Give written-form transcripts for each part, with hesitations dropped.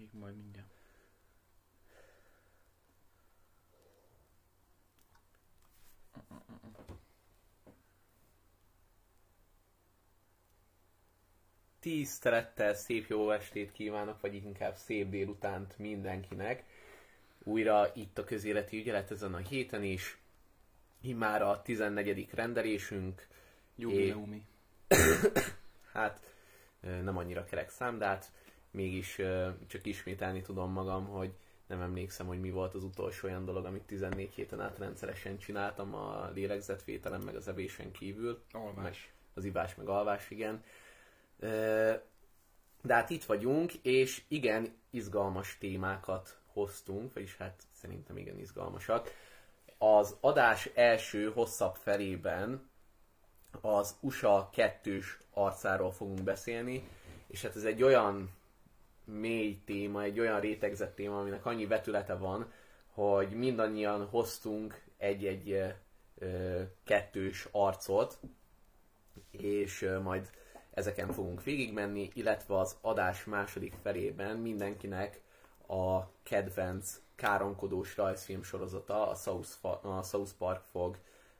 Még majd mindjárt. Tisztelettel szép jó estét kívánok, vagy inkább szép délutánt mindenkinek. Újra itt a közéleti ügyelet ezen a héten is. Immár a 14. rendelésünk. Jubileumi. Hát nem annyira kerek szám, de hát mégis csak ismételni tudom magam, hogy nem emlékszem, hogy mi volt az utolsó olyan dolog, amit 14 héten át rendszeresen csináltam a lélegzetvételen, meg az evésen kívül. Alvás. Az ivás, meg alvás, igen. De hát itt vagyunk, és igen, izgalmas témákat hoztunk, vagyis hát szerintem igen izgalmasak. Az adás első hosszabb felében az USA 2-s arcáról fogunk beszélni, és hát ez egy olyan mély téma, egy olyan rétegzett téma, aminek annyi vetülete van, hogy mindannyian hoztunk egy-egy kettős arcot, és majd ezeken fogunk végigmenni, illetve az adás második felében mindenkinek a kedvenc káromkodós rajzfilm sorozata, a South Park fog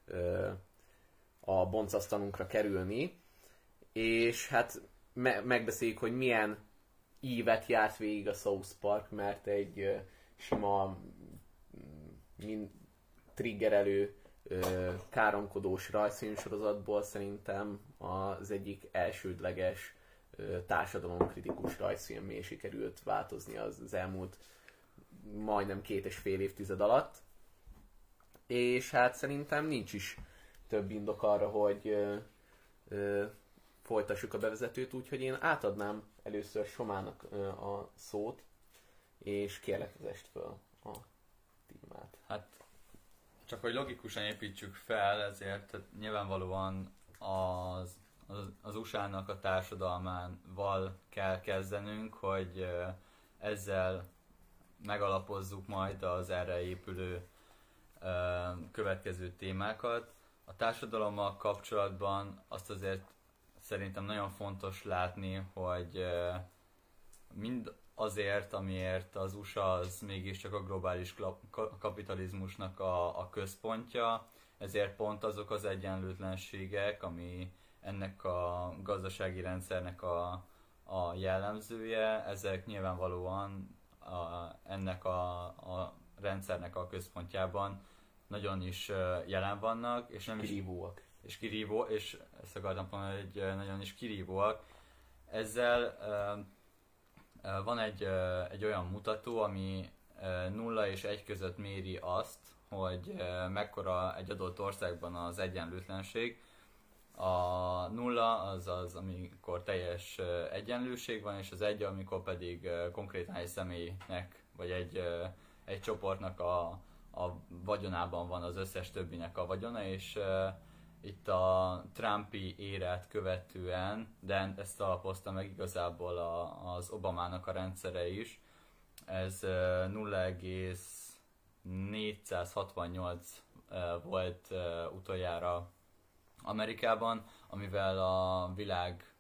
a boncasztalunkra kerülni, és hát megbeszéljük, hogy milyen ívet járt végig a South Park, mert egy sima triggerelő káromkodós rajzfilmsorozatból szerintem az egyik elsődleges társadalomkritikus rajzfilmmé sikerült változni az elmúlt majdnem 2,5 évtized alatt. És hát szerintem nincs is több indok arra, hogy folytassuk a bevezetőt, úgyhogy én átadnám először Somának a szót, és kérlek vezest fel a témát. Hát csak hogy logikusan építsük fel, ezért nyilvánvalóan az USA-nak a társadalmával kell kezdenünk, hogy ezzel megalapozzuk majd az erre épülő következő témákat. A társadalommal kapcsolatban azt azért szerintem nagyon fontos látni, hogy mind azért, amiért az USA az mégiscsak a globális kapitalizmusnak a központja, ezért pont azok az egyenlőtlenségek, ami ennek a gazdasági rendszernek a jellemzője, ezek nyilvánvalóan ennek a rendszernek a központjában nagyon is jelen vannak, és nem kirívóak. És ezt akartam mondani, hogy nagyon is kirívóak. Ezzel van egy olyan mutató, ami 0 és 1 között méri azt, hogy mekkora egy adott országban az egyenlőtlenség. A 0 az, amikor teljes egyenlőség van, és az 1, amikor pedig konkrétan egy személynek, vagy egy csoportnak a vagyonában van az összes többinek a vagyona, és itt a Trumpi érát követően, de ezt alapozta meg igazából az Obamának a rendszere is, ez 0,468 volt utoljára Amerikában, amivel a világ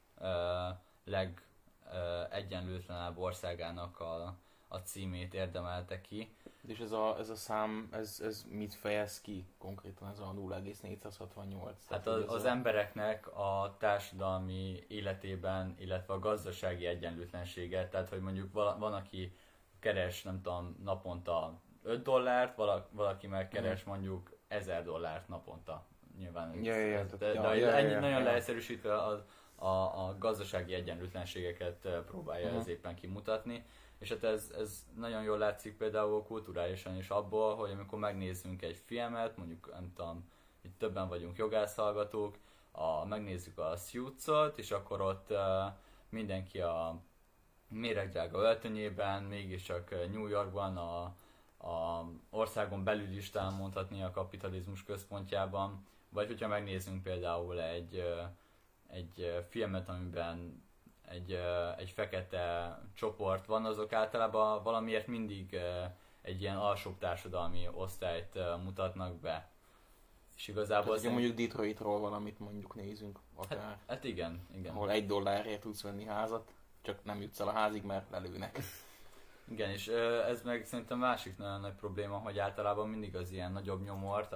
legegyenlőtlenebb országának a címét érdemelte ki. És ez a szám, ez mit fejez ki konkrétan, ez a 0,468? Hát az embereknek a társadalmi életében, illetve a gazdasági egyenlőtlenséget, tehát hogy mondjuk van, aki keres, nem tudom, naponta $5, valaki meg keres mondjuk $1000 naponta. Nyilván nagyon leegyszerűsítve a gazdasági egyenlőtlenségeket próbálja ez éppen kimutatni. És hát ez nagyon jól látszik például kulturálisan is abból, hogy amikor megnézzünk egy filmet, mondjuk nem tudom, itt többen vagyunk jogászhallgatók, megnézzük a Suits-ot, és akkor ott mindenki a méregdrága öltönyében, mégiscsak New Yorkban, a országon belül is talán mondhatni a kapitalizmus központjában, vagy hogyha megnézzünk például egy filmet, amiben egy fekete csoport van, azok általában valamiért mindig egy ilyen alsóbb társadalmi osztályt mutatnak be. És igazából tehát, mondjuk Detroitról valamit mondjuk nézünk, akár. Hát igen. Ahol $1 tudsz venni házat, csak nem jutsz el a házig, mert lelőnek. Igen, és ez meg szerintem másik nagyon nagy probléma, hogy általában mindig az ilyen nagyobb nyomort,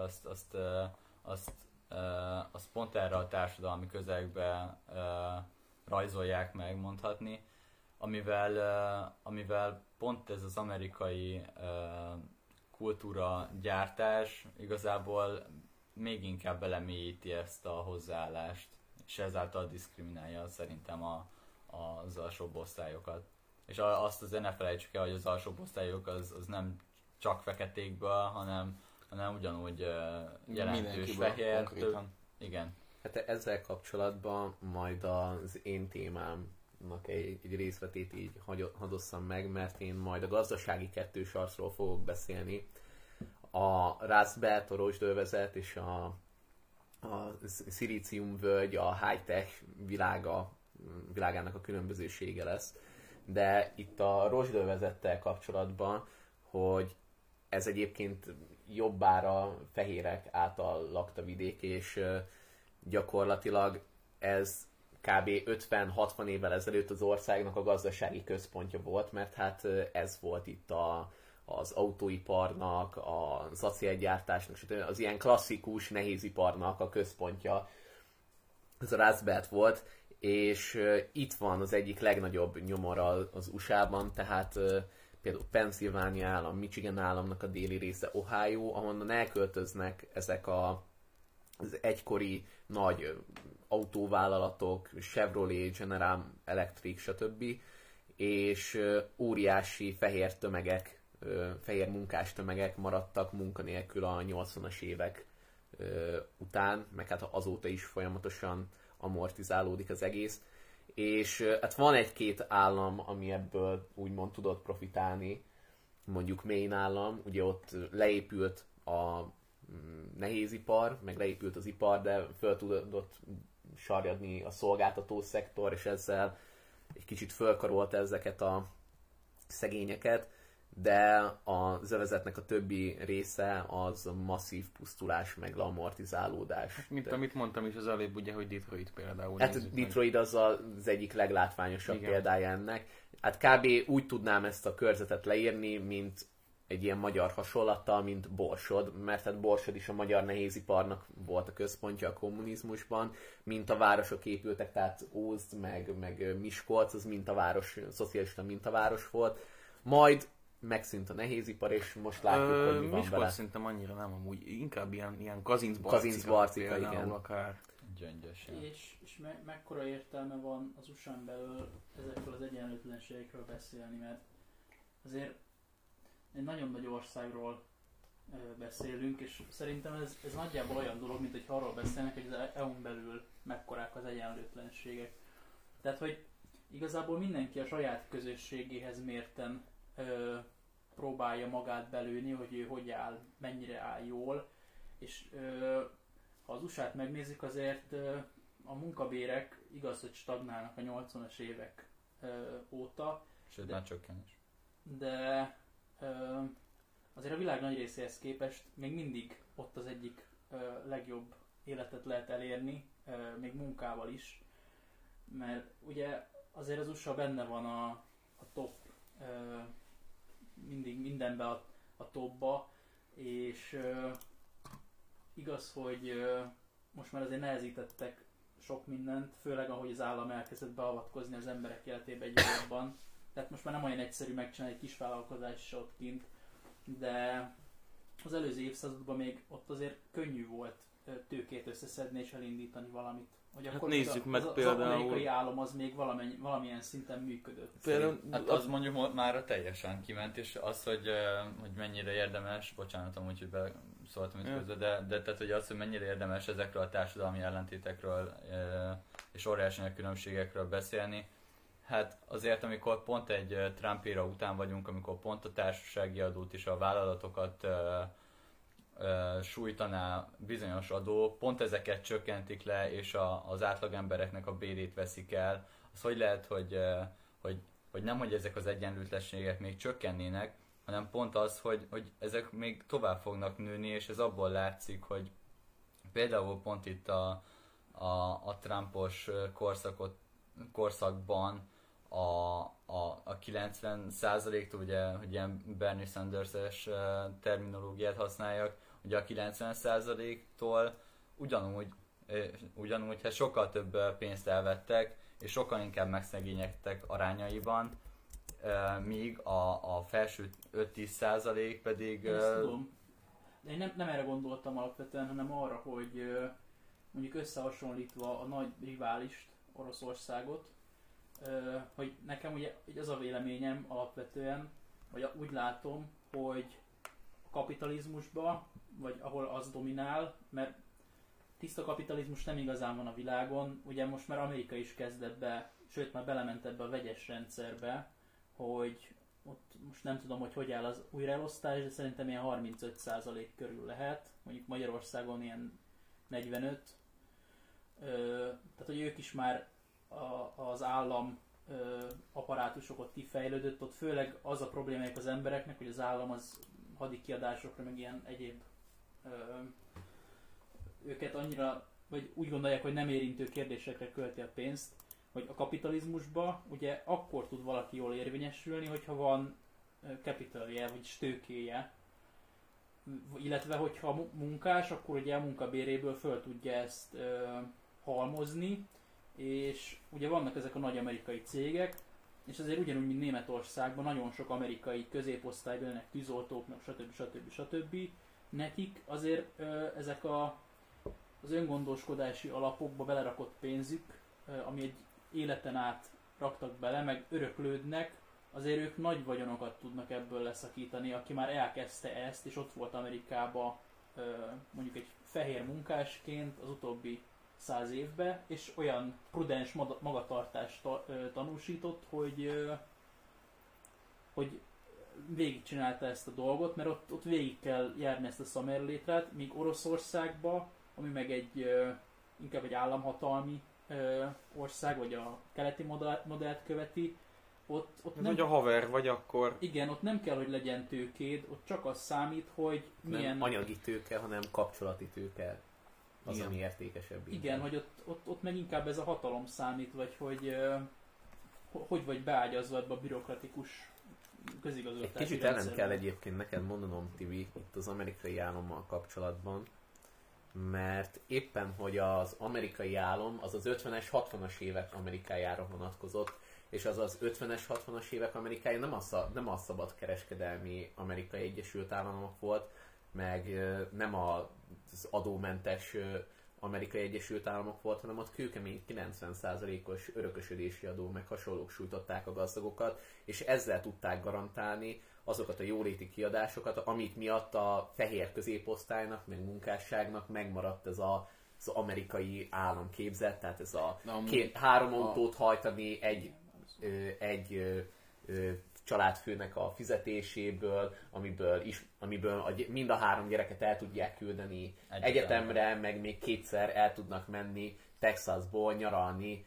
azt pont erre a társadalmi közegbe rajzolják meg, mondhatni, amivel pont ez az amerikai kultúra gyártás igazából még inkább belemélyíti ezt a hozzáállást, és ezáltal diszkriminálja szerintem az alsóbb osztályokat. És azt azért ne felejtsük el, hogy az alsóbb osztályok az nem csak feketékből, hanem ugyanúgy jelentős fehér. Igen. Hát ezzel kapcsolatban majd az én témámnak egy részletét így hadosszam meg, mert én majd a gazdasági kettős arcról fogok beszélni. A Rust Belt, a rozsdövezet és a szilíciumvölgy, a high-tech világának a különbözősége lesz. De itt a rozsdövezettel kapcsolatban, hogy ez egyébként jobbára fehérek által lakta vidék, és gyakorlatilag ez kb. 50-60 évvel ezelőtt az országnak a gazdasági központja volt, mert hát ez volt itt az autóiparnak, az acélgyártásnak, az ilyen klasszikus nehéziparnak a központja. Ez a Rust Belt volt, és itt van az egyik legnagyobb nyomor az USA-ban, tehát például Pennsylvania állam, Michigan államnak a déli része, Ohio, ahonnan elköltöznek ezek az egykori nagy autóvállalatok, Chevrolet, General Electric, stb. És óriási fehér munkás tömegek maradtak munkanélkül a 80-as évek után, meg hát azóta is folyamatosan amortizálódik az egész. És hát van egy-két állam, ami ebből úgymond tudott profitálni, mondjuk Maine állam, ugye ott leépült a nehézipar, meg leépült az ipar, de föl tudott sarjadni a szolgáltató szektor, és ezzel egy kicsit fölkarolta ezeket a szegényeket, de a övezetnek a többi része az masszív pusztulás, meg leamortizálódás. Mint amit mondtam is az előbb, ugye, hogy Detroit például. Hát Detroit az az egyik leglátványosabb példája ennek. Hát kb. Úgy tudnám ezt a körzetet leírni, mint egy ilyen magyar hasonlattal, mint Borsod, mert hát Borsod is a magyar nehéziparnak volt a központja a kommunizmusban, mintavárosok épültek, tehát Ózd meg Miskolc, az mintaváros, szocialista mintaváros volt. Majd megszűnt a nehézipar, és most látjuk, hogy mi van Miskolc vele. szerintem annyira nem, amúgy inkább ilyen Kazincbarcika igen. Akár. Gyöngyösen. És mekkora értelme van az USA-n belül ezekről az egyenlőtlenségekről beszélni, mert azért egy nagyon nagy országról beszélünk, és szerintem ez nagyjából olyan dolog, mint hogy arról beszélnek, hogy az EU-n belül mekkorák az egyenlőtlenségek. Tehát, hogy igazából mindenki a saját közösségéhez mérten próbálja magát belőni, hogy ő hogy áll, mennyire áll jól, és ha az USA-t megnézzük, azért a munkabérek igaz, hogy stagnálnak a 80-as évek óta. Sőt, már csökken is. De azért a világ nagy részéhez képest még mindig ott az egyik legjobb életet lehet elérni, még munkával is, mert ugye azért az USA benne van a top, mindig mindenben a topba, és igaz, hogy most már azért nehezítettek sok mindent, főleg ahogy az állam elkezdett beavatkozni az emberek életébe egyre jobban. Tehát most már nem olyan egyszerű megcsinálni egy kis vállalkozás ott kint, de az előző évszázadban még ott azért könnyű volt tőkét összeszedni és elindítani valamit. Hogy Hát akkor nézzük meg az például... amerikai állam az még valamilyen szinten működött. Például, Hát az mondjuk már teljesen kiment, és az, hogy mennyire érdemes, bocsánat amúgy, hogy beszóltam itt közben, de tehát, hogy az, hogy mennyire érdemes ezekről a társadalmi ellentétekről és óriási nagy különbségekről beszélni, hát azért, amikor pont egy Trump éra után vagyunk, amikor pont a társasági adót és a vállalatokat sújtaná bizonyos adó, pont ezeket csökkentik le, és az átlagembereknek a bérét veszik el, az hogy lehet, hogy nem, hogy ezek az egyenlőtlenségek még csökkennének, hanem pont az, hogy ezek még tovább fognak nőni, és ez abból látszik, hogy például pont itt a Trumpos korszakban a 90%-tól, ugye, hogy ilyen Bernie Sanders-es terminológiát használjak, ugye a 90%-tól ugyanúgy hát sokkal több pénzt elvettek, és sokkal inkább megszegényedtek arányaiban, míg a felső 5-10% pedig... Én ezt tudom. De én nem erre gondoltam alapvetően, hanem arra, hogy mondjuk összehasonlítva a nagy riválist, Oroszországot, hogy nekem ugye az a véleményem alapvetően, vagy úgy látom, hogy a kapitalizmusban, vagy ahol az dominál, mert tiszta kapitalizmus nem igazán van a világon, ugye most már Amerika is kezdett be, sőt már belement ebbe a vegyes rendszerbe, hogy ott most nem tudom, hogy áll az újraelosztás, de szerintem ilyen 35% körül lehet, mondjuk Magyarországon ilyen 45. Tehát, hogy ők is már az állam apparátusokat kifejlődött, ott főleg az a problémájuk az embereknek, hogy az állam az hadi kiadásokra, meg ilyen egyéb őket annyira, vagy úgy gondolják, hogy nem érintő kérdésekre költi a pénzt, hogy a kapitalizmusban ugye akkor tud valaki jól érvényesülni, hogyha van capitalje, vagy tőkéje, illetve hogyha munkás, akkor ugye a munkabéréből föl tudja ezt halmozni, és ugye vannak ezek a nagy amerikai cégek, és azért ugyanúgy, mint Németországban nagyon sok amerikai középosztályban élnek tűzoltóknak, stb. Nekik azért ezek az öngondoskodási alapokba belerakott pénzük, ami egy életen át raktak bele, meg öröklődnek, azért ők nagy vagyonokat tudnak ebből leszakítani, aki már elkezdte ezt, és ott volt Amerikában mondjuk egy fehér munkásként az utóbbi 100 évben, és olyan prudens magatartást tanúsított, hogy végigcsinálta ezt a dolgot, mert ott végig kell járni ezt a szamerlétrát, míg Oroszországban, ami meg inkább egy államhatalmi ország, vagy a keleti modellt követi, ott nem... Vagy a haver, vagy akkor... Igen, ott nem kell, hogy legyen tőkéd, ott csak az számít, hogy milyen... Nem anyagi tőke, hanem kapcsolati tőke az, igen, ami értékesebb. Igen, hogy ott meg inkább ez a hatalom számít, vagy hogy vagy beágyazva ebbe a bürokratikus közigazgatási egy kicsit ellen kell egyébként neked mondanom, Tibi, itt az amerikai állammal kapcsolatban, mert éppen, hogy az amerikai állam az 50-es, 60-as évek Amerikájára vonatkozott, és az 50-es, 60-as évek Amerikája nem a szabadkereskedelmi Amerikai Egyesült Államok volt, meg nem az adómentes Amerikai Egyesült Államok volt, hanem ott kőkemény 90%-os örökösödési adó meg hasonlók sújtották a gazdagokat, és ezzel tudták garantálni azokat a jóléti kiadásokat, amik miatt a fehér középosztálynak, meg munkásságnak megmaradt ez az amerikai államképzet, tehát ez három autót hajtani egy családfőnek a fizetéséből, amiből mind a 3 gyereket el tudják küldeni egyetemre, meg még 2-szer el tudnak menni Texasból nyaralni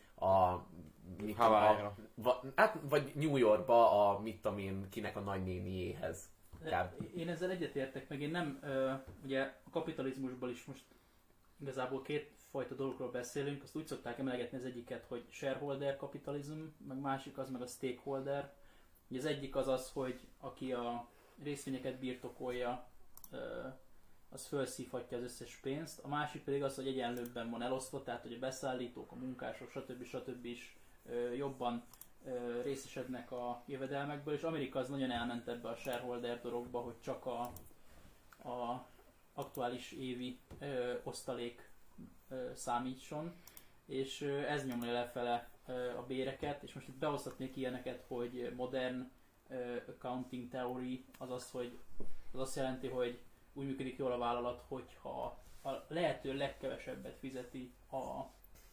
vagy New Yorkba mit tudom én, kinek a nagynéniéhez. Én ezzel egyetértek, meg én nem, ugye a kapitalizmusból is most igazából 2 fajta dologról beszélünk, azt úgy szokták emlegetni az egyiket, hogy shareholder kapitalizm, meg másik az meg a stakeholder. Ugye az egyik az, hogy aki a részvényeket birtokolja, az felszívhatja az összes pénzt, a másik pedig az, hogy egyenlőbben van elosztva, tehát hogy a beszállítók, a munkások, stb. Is jobban részesednek a jövedelmekből, és Amerika az nagyon elment ebbe a shareholder dologba, hogy csak a aktuális évi osztalék számítson, és ez nyomja lefele a béreket, és most itt behozhatnék ilyeneket, hogy modern accounting theory, az azt jelenti, hogy úgy működik jól a vállalat, hogyha a lehető legkevesebbet fizeti a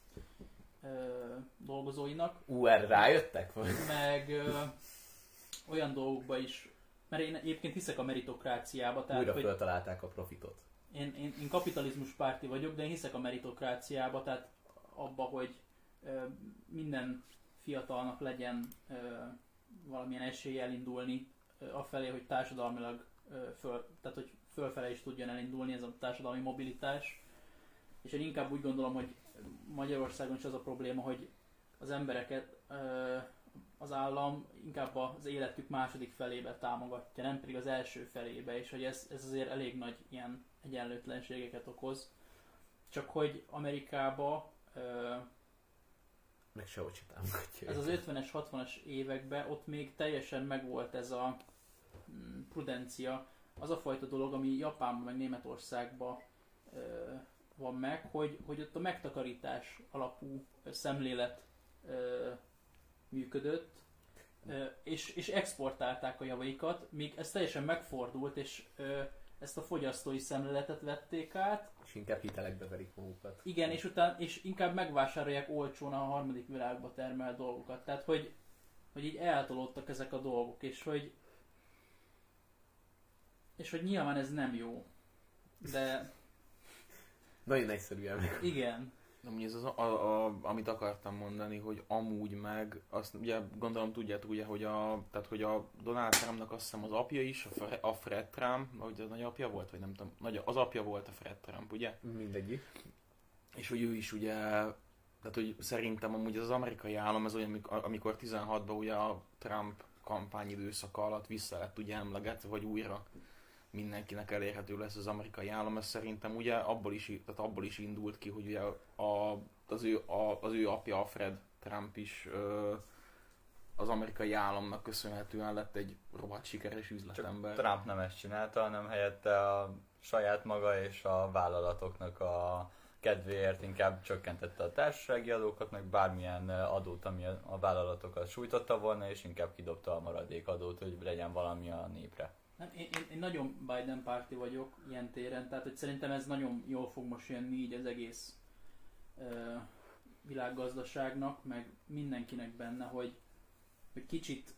dolgozóinak. Erre rájöttek? Meg olyan dolgokba is, mert én egyébként hiszek a meritokráciába. Tehát, újra feltalálták a profitot. Én kapitalizmus párti vagyok, de én hiszek a meritokráciába, tehát abba, hogy minden fiatalnak legyen valamilyen esélye elindulni afelé, hogy társadalmilag tehát hogy fölfele is tudjon elindulni ez a társadalmi mobilitás. És én inkább úgy gondolom, hogy Magyarországon is az a probléma, hogy az embereket az állam inkább az életük második felébe támogatja, nem pedig az első felébe, és hogy ez azért elég nagy ilyen egyenlőtlenségeket okoz. Csak hogy Amerikába meg sehogy se támogatja. ez az 50-es, 60-as években ott még teljesen megvolt ez a prudencia, az a fajta dolog, ami Japánban meg Németországban van meg, hogy ott a megtakarítás alapú szemlélet működött, és exportálták a javaikat, míg ez teljesen megfordult, és ezt a fogyasztói szemléletet vették át. És inkább hitelekbe verik magukat. Igen, és inkább megvásárolják olcsón a harmadik világba termelt dolgokat. Tehát, hogy így eltolódtak ezek a dolgok, és hogy nyilván ez nem jó. De... Nagyon egyszerűen meg. Igen. Amúgy ez amit akartam mondani, hogy amúgy meg, azt ugye gondolom tudjátok ugye, hogy hogy a Donald Trumpnak azt hiszem az apja is, a Fred Trump, vagy az nagyapja volt, vagy nem tudom, az apja volt a Fred Trump, ugye? Mindegyik. És hogy ő is ugye, tehát hogy szerintem amúgy az amerikai állam, ez olyan, amikor 16-ban ugye a Trump kampány időszaka alatt vissza lett ugye emlegetve, hogy újra mindenkinek elérhető lesz az amerikai állam, ez szerintem ugye abból is indult ki, hogy ugye az ő apja, a Fred Trump is az amerikai államnak köszönhetően lett egy rohadt sikeres üzletember. Csak Trump nem ezt csinálta, hanem helyette a saját maga és a vállalatoknak a kedvéért inkább csökkentette a társasági adókat, meg bármilyen adót, ami a vállalatokat sújtotta volna, és inkább kidobta a maradék adót, hogy legyen valami a népre. Nem, én nagyon Biden párti vagyok ilyen téren, tehát hogy szerintem ez nagyon jól fog most jönni így az egész világgazdaságnak, meg mindenkinek benne, hogy kicsit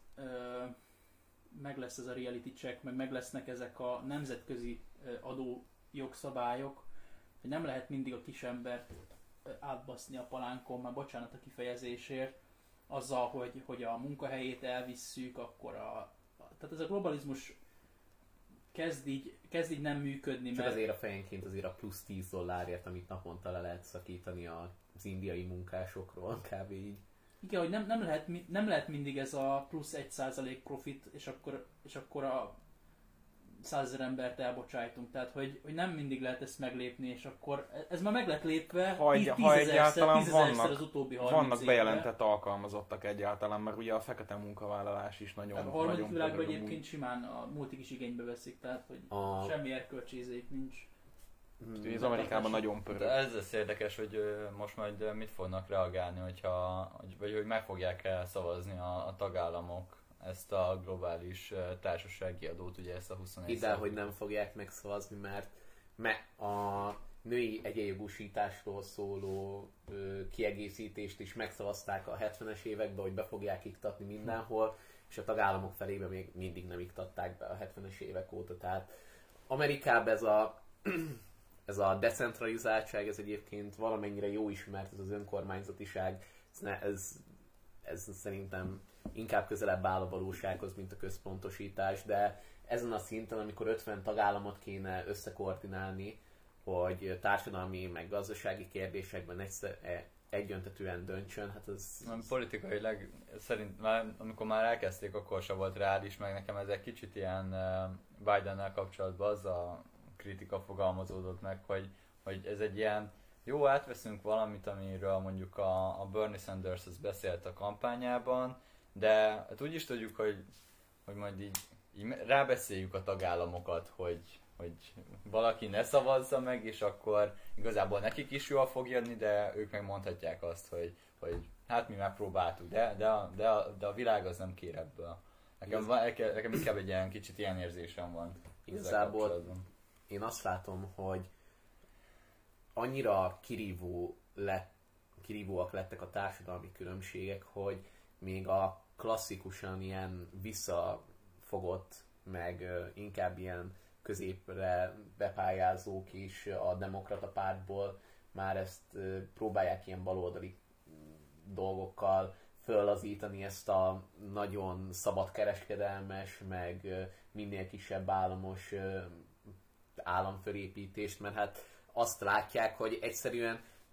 meg lesz ez a reality check, meg lesznek ezek a nemzetközi adó jogszabályok, hogy nem lehet mindig a kisembert átbaszni a palánkon, már bocsánat a kifejezésért, azzal, hogy a munkahelyét elvisszük, akkor tehát ez a globalizmus kezd így nem működni. Csak azért a fejenként azért a plusz $10, amit naponta le lehet szakítani az indiai munkásokról, kb. Így. Igen, hogy nem lehet mindig ez a plusz 1% profit, és akkor a 100 000 embert elbocsájtunk. Tehát, hogy nem mindig lehet ezt meglépni, és akkor ez már meg lett lépve ha egyáltalán az utóbbi 30 vannak bejelentett alkalmazottak egyáltalán, mert ugye a fekete munkavállalás is nagyon... A harmadik világban egyébként simán a multik is igénybe veszik, tehát hogy semmi erkölcsézék nincs. Az Amerikában nagyon pörög. De ez lesz érdekes, hogy most majd mit fognak reagálni, vagy hogy meg fogják szavazni a tagállamok ezt a globális társasági adót, ugye ezt a 21%. Hidd el, hogy nem fogják megszavazni, mert a női egyenjogúsításról szóló kiegészítést is megszavazták a 70-es években, hogy be fogják iktatni mindenhol, és a tagállamok felében még mindig nem iktatták be a 70-es évek óta. Tehát Amerikában ez a decentralizáltság, ez egyébként valamennyire jó ismert, ez az önkormányzatiság, ez szerintem inkább közelebb áll a valósághoz, mint a központosítás, de ezen a szinten, amikor 50 tagállamot kéne összekoordinálni, hogy társadalmi meg gazdasági kérdésekben egyöntetűen döntsön, hát ez... Politikailag szerint, amikor már elkezdték, akkor sem volt reális, meg nekem ez egy kicsit ilyen Bidennel kapcsolatban az a kritika fogalmazódott meg, hogy ez egy ilyen jó, átveszünk valamit, amiről mondjuk a Bernie Sanders beszélt a kampányában, de hát úgy is tudjuk, hogy majd így rábeszéljük a tagállamokat, hogy valaki ne szavazza meg, és akkor igazából nekik is jól fog jönni, de ők meg mondhatják azt, hogy hát mi megpróbáltuk, de a világ az nem kér ebből. Nekem inkább egy ilyen kicsit ilyen érzésem van. Igazából én azt látom, hogy annyira kirívóak lettek a társadalmi különbségek, hogy még a klasszikusan ilyen visszafogott, meg inkább ilyen középre bepályázók is a demokrata pártból már ezt próbálják ilyen baloldali dolgokkal föllazítani, ezt a nagyon szabadkereskedelmes, meg minél kisebb államos államfölépítést, mert hát azt látják, hogy egyszerűen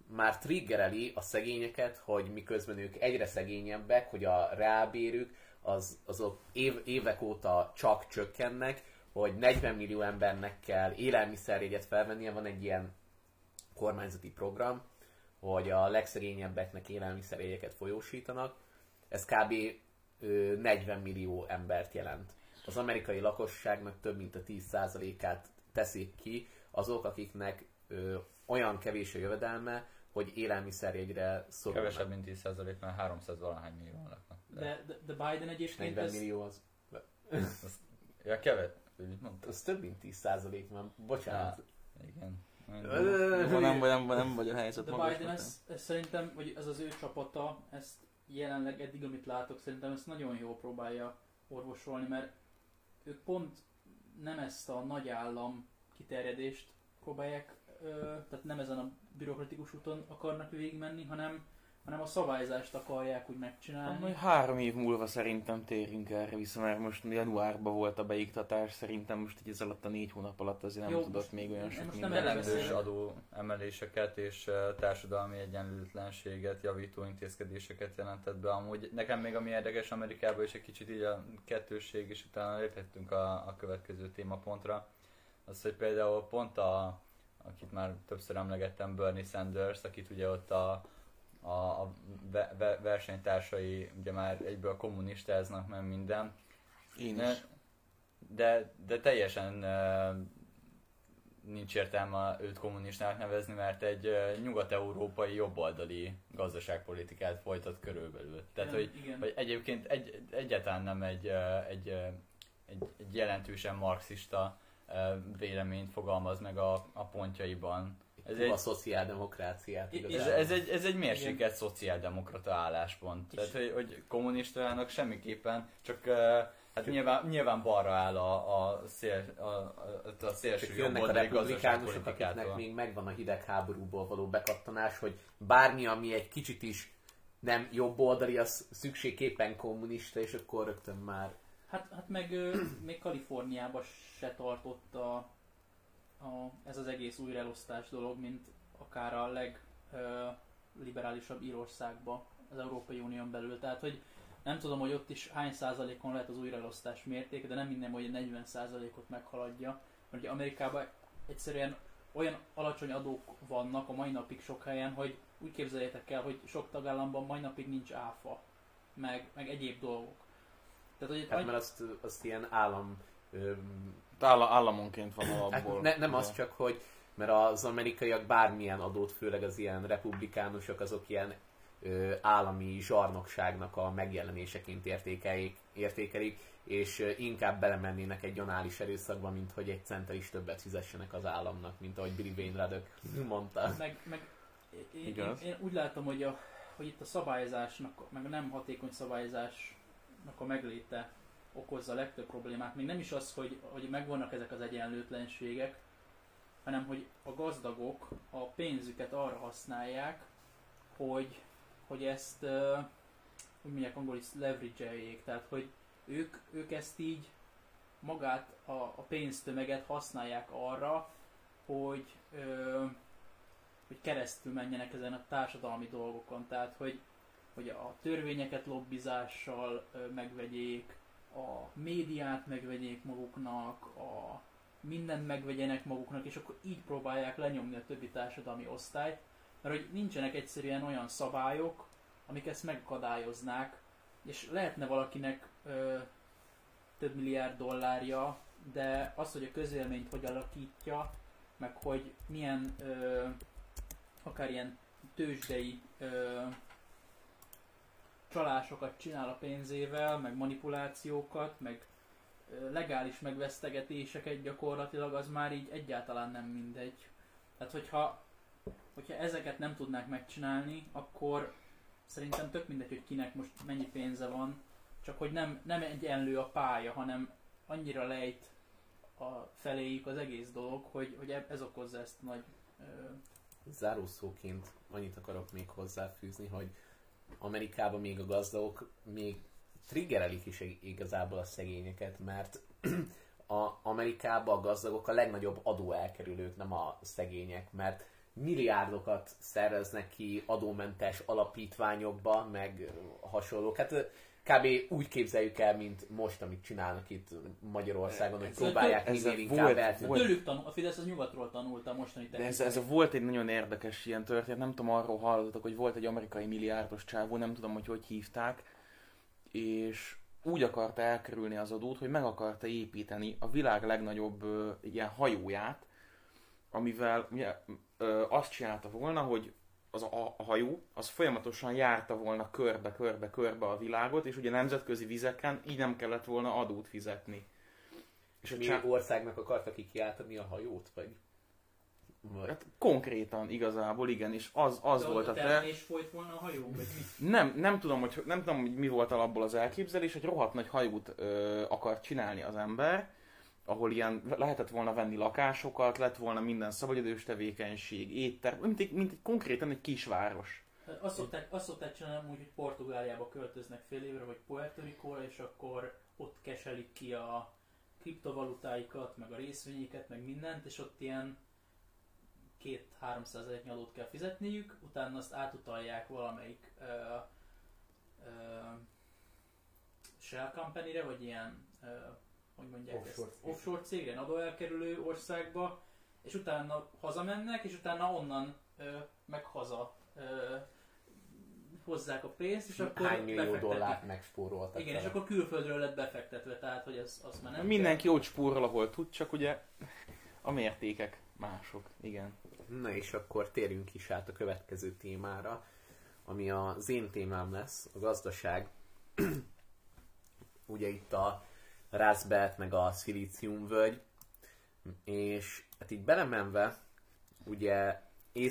már triggereli a szegényeket, hogy miközben ők egyre szegényebbek, hogy a reálbérük azok évek óta csak csökkennek, hogy 40 millió embernek kell élelmiszerjegyet felvennie, van egy ilyen kormányzati program, hogy a legszegényebbeknek élelmiszerjegyeket folyósítanak. Ez kb. 40 millió embert jelent. Az amerikai lakosságnak több mint a 10%-át teszik ki azok, akiknek olyan kevés a jövedelme, hogy élelmiszerjegyre szorulnak. Kevesebb, mint 10%, mert 300 valahány millió laknak. De Biden egyébként 40 millió az... Ja, kevet. Úgy mondta. Az több mint 10%, már bocsánat. Igen. Nem vagy a helyzet De magas. Biden ez szerintem, vagy ez az ő csapata, ezt jelenleg eddig, amit látok, szerintem ezt nagyon jól próbálja orvosolni, mert ők pont nem ezt a nagy állam kiterjedést próbálják, tehát nem ezen a bürokratikus úton akarnak végigmenni, hanem a szabályzást akarják úgy megcsinálni. Majd 3 év múlva szerintem térjünk erre vissza, mert most januárban volt a beiktatás, szerintem most így ez alatt a 4 hónap alatt azért nem tudott még olyan sok most nem minden. Jelentős adó emeléseket és társadalmi egyenlőtlenséget javító intézkedéseket jelentett be. Amúgy nekem még ami érdekes Amerikában is egy kicsit így a kettősség, és utána léphettünk a következő témapontra. Az, hogy például pont akit már többször emlegettem, Bernie Sanders, akit ugye ott a versenytársai ugye már egyből kommunistáznak, meg minden. Én is. De teljesen nincs értelme őt kommunistának nevezni, mert egy nyugat-európai jobboldali gazdaságpolitikát folytat körülbelül. Tehát, hogy egyébként egyáltalán nem egy jelentősen marxista véleményt fogalmaz meg a pontjaiban. A szociáldemokráciát igazából. Ez egy mérsékelt szociáldemokrata álláspont. Tehát, hogy kommunistának semmiképpen, csak hát nyilván balra áll a szélső jobboldali gazdaságpolitikától. Akiknek még megvan a hidegháborúból való bekattanás, hogy bármi, ami egy kicsit is nem jobboldali, az szükségképpen kommunista, és akkor rögtön már... Hát meg még Kaliforniában se tartott ez az egész újraelosztás dolog, mint akár a legliberálisabb Írországban az Európai Unión belül. Tehát, hogy nem tudom, hogy ott is hány százalékon lehet az újraelosztás mértéke, de nem minden, hogy 40%-ot meghaladja. Mert ugye Amerikában egyszerűen olyan alacsony adók vannak a mai napig sok helyen, hogy úgy képzeljétek el, hogy sok tagállamban mai napig nincs áfa, meg egyéb dolgok. Tehát, hogy hát mert azt ilyen állam... Államonként van alapból. Hát nem az csak, hogy mert az amerikaiak bármilyen adót, főleg az ilyen republikánusok, azok ilyen állami zsarnokságnak a megjelenéseként értékelik, és inkább belemennének egy anális erőszakba, mint hogy egy centtel is többet fizessenek az államnak, mint ahogy Billy Wayne Ruddock mondta. Én úgy látom, hogy itt a szabályozásnak, meg a nem hatékony szabályozásnak a megléte okozza a legtöbb problémát. Még nem is az, hogy megvannak ezek az egyenlőtlenségek, hanem hogy a gazdagok a pénzüket arra használják, hogy ezt úgy mondják angolul, leverage-eljék. Tehát, hogy ők ezt így magát a pénztömeget használják arra, hogy keresztül menjenek ezen a társadalmi dolgokon. Tehát, hogy a törvényeket lobbizással megvegyék, a médiát megvegyék maguknak, a mindent megvegyenek maguknak, és akkor így próbálják lenyomni a többi társadalmi osztályt, mert hogy nincsenek egyszerűen olyan szabályok, amik ezt megakadályoznák, és lehetne valakinek több milliárd dollárja, de az, hogy a közélményt hogy alakítja, meg hogy milyen akár ilyen tőzsdei csalásokat csinál a pénzével, meg manipulációkat, meg legális megvesztegetéseket gyakorlatilag, az már így egyáltalán nem mindegy. Tehát hogyha ezeket nem tudnák megcsinálni, akkor szerintem tök mindegy, hogy kinek most mennyi pénze van, csak hogy nem egyenlő a pálya, hanem annyira lejt a feléjük az egész dolog, hogy ez okozza ezt nagy... Zárószóként annyit akarok még hozzáfűzni, hogy Amerikában még a gazdagok még triggerelik is igazából a szegényeket, mert Amerikában a gazdagok a legnagyobb adóelkerülők, nem a szegények, mert milliárdokat szereznek ki adómentes alapítványokba, meg hasonlók. Hát kb. Úgy képzeljük el, mint most, amit csinálnak itt Magyarországon, hogy próbálják minél inkább eltűnni. A Fidesz az nyugatról tanulta a mostani De ez volt egy nagyon érdekes ilyen történet, nem tudom, arról hallottatok, hogy volt egy amerikai milliárdos csávó, nem tudom, hogy hívták, és úgy akarta elkerülni az adót, hogy meg akarta építeni a világ legnagyobb ilyen hajóját, amivel ugye, azt csinálta volna, hogy a hajó az folyamatosan járta volna körbe a világot, és ugye nemzetközi vizeken így nem kellett volna adót fizetni. És mi országnak akarta kikiáltani a hajót, vagy? Hát konkrétan igazából igen, és az volt a termelés folyt volna a hajó, vagy mi? Nem tudom, hogy mi volt alapból az elképzelés, hogy rohadt nagy hajót akart csinálni az ember, ahol ilyen lehetett volna venni lakásokat, lett volna minden szabadidős tevékenység, étterem, mint konkrétan egy kisváros. Azt szokták csinálni úgy, hogy Portugáliába költöznek fél évre, vagy Puerto Ricóra, és akkor ott keselik ki a kriptovalutáikat, meg a részvényeket, meg mindent, és ott ilyen 2-3% adót kell fizetniük, utána azt átutalják valamelyik shell company-re, vagy ilyen hogy mondják offshore cégre, adóelkerülő országba, és utána hazamennek, és utána onnan meg haza hozzák a pénzt, és akkor hány millió dollárt megspóroltak. Igen, és akkor külföldről lett befektetve, tehát hogy az már nem mindenki ott spórol, ahol tud, csak ugye a mértékek mások, igen. Na és akkor térjünk is át a következő témára, ami az én témám lesz, a gazdaság. Ugye itt a Rust Belt, meg a szilíciumvölgy, és hát így belemenve, ugye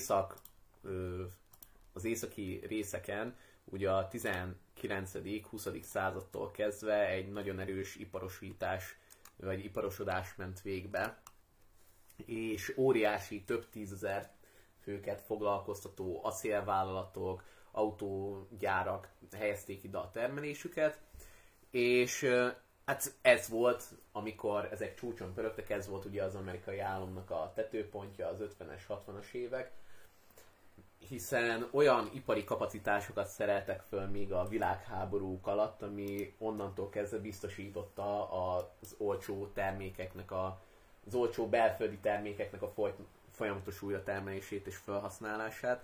az északi részeken, ugye a 19.-20. századtól kezdve egy nagyon erős iparosítás, vagy iparosodás ment végbe, és óriási, több tízezer főket foglalkoztató acélvállalatok, autógyárak helyezték ide a termelésüket, és hát ez volt, amikor ezek csúcson pörögtek, ez volt ugye az amerikai államnak a tetőpontja az 50-es, 60-as évek, hiszen olyan ipari kapacitásokat szereltek föl még a világháborúk alatt, ami onnantól kezdve biztosította az olcsó termékeknek, az olcsó belföldi termékeknek a folyamatos újratermelését és felhasználását.